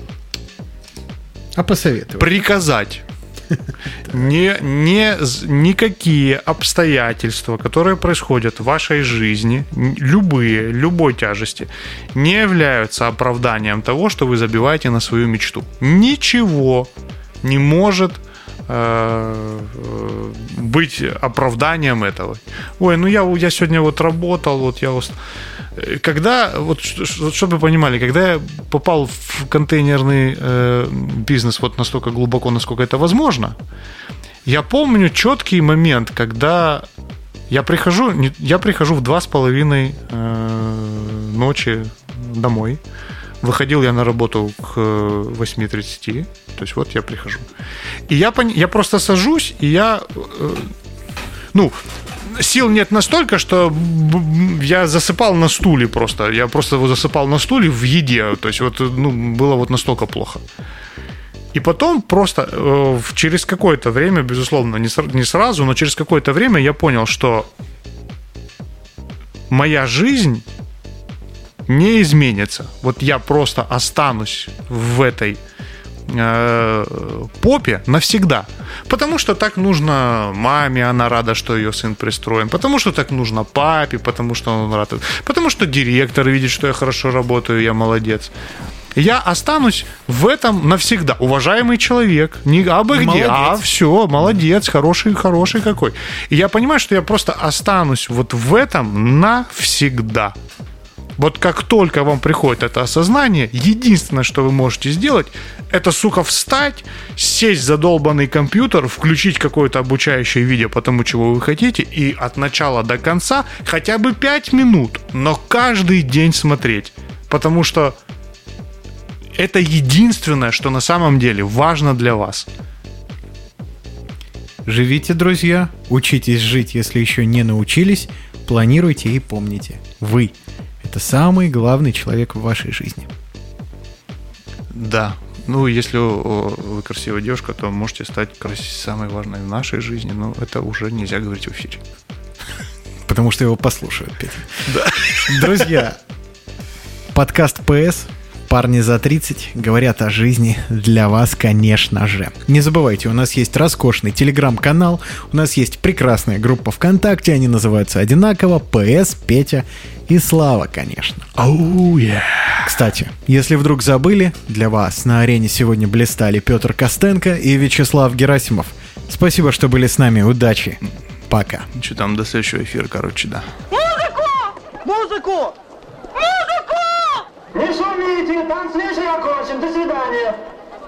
А посоветовать. Приказать. Не, не, никакие обстоятельства, которые происходят в вашей жизни, любые, любой тяжести, не являются оправданием того, что вы забиваете на свою мечту. Ничего не может э, быть оправданием этого. Ой, ну я, я сегодня вот работал, вот я устал. Когда, вот, чтобы вы понимали, когда я попал в контейнерный э, бизнес вот настолько глубоко, насколько это возможно, я помню четкий момент, когда я прихожу, я прихожу в два с половиной э, ночи домой. Выходил я на работу к восемь тридцать, то есть вот я прихожу. И я, я просто сажусь, и я, э, ну, сил нет настолько, что я засыпал на стуле просто. Я просто его засыпал на стуле в еде. То есть вот, ну, было вот настолько плохо. И потом просто э, через какое-то время, безусловно, не, не сразу, но через какое-то время я понял, что моя жизнь не изменится. Вот я просто останусь в этой э, попе навсегда. Потому что так нужно маме, она рада, что ее сын пристроен. Потому что так нужно папе, потому что он рад. Потому что директор видит, что я хорошо работаю, я молодец. Я останусь в этом навсегда. Уважаемый человек. Не абы где, а все, молодец, хороший, хороший какой. И я понимаю, что я просто останусь вот в этом навсегда. Вот как только вам приходит это осознание, единственное, что вы можете сделать, это, сука, встать, сесть за долбанный компьютер, включить какое-то обучающее видео по тому, чего вы хотите, и от начала до конца хотя бы пять минут, но каждый день смотреть. Потому что это единственное, что на самом деле важно для вас. Живите, друзья, учитесь жить, если еще не научились, планируйте и помните. Вы – это самый главный человек в вашей жизни. Да. Ну, если вы красивая девушка, то можете стать самой важной в нашей жизни, но это уже нельзя говорить в эфире. Потому что его послушают, Петя. Да. Друзья, подкаст ПС «Парни за тридцать» говорят о жизни для вас, конечно же. Не забывайте, у нас есть роскошный телеграм-канал, у нас есть прекрасная группа ВКонтакте, они называются одинаково ПС, Петя и Слава, конечно. Oh, yeah. Кстати, если вдруг забыли, для вас на арене сегодня блистали Петр Костенко и Вячеслав Герасимов. Спасибо, что были с нами, удачи, пока. Что там, до следующего эфира, короче, да. Музыку! Музыку! Музыку! Не шумите, танцвишь окончен, до свидания.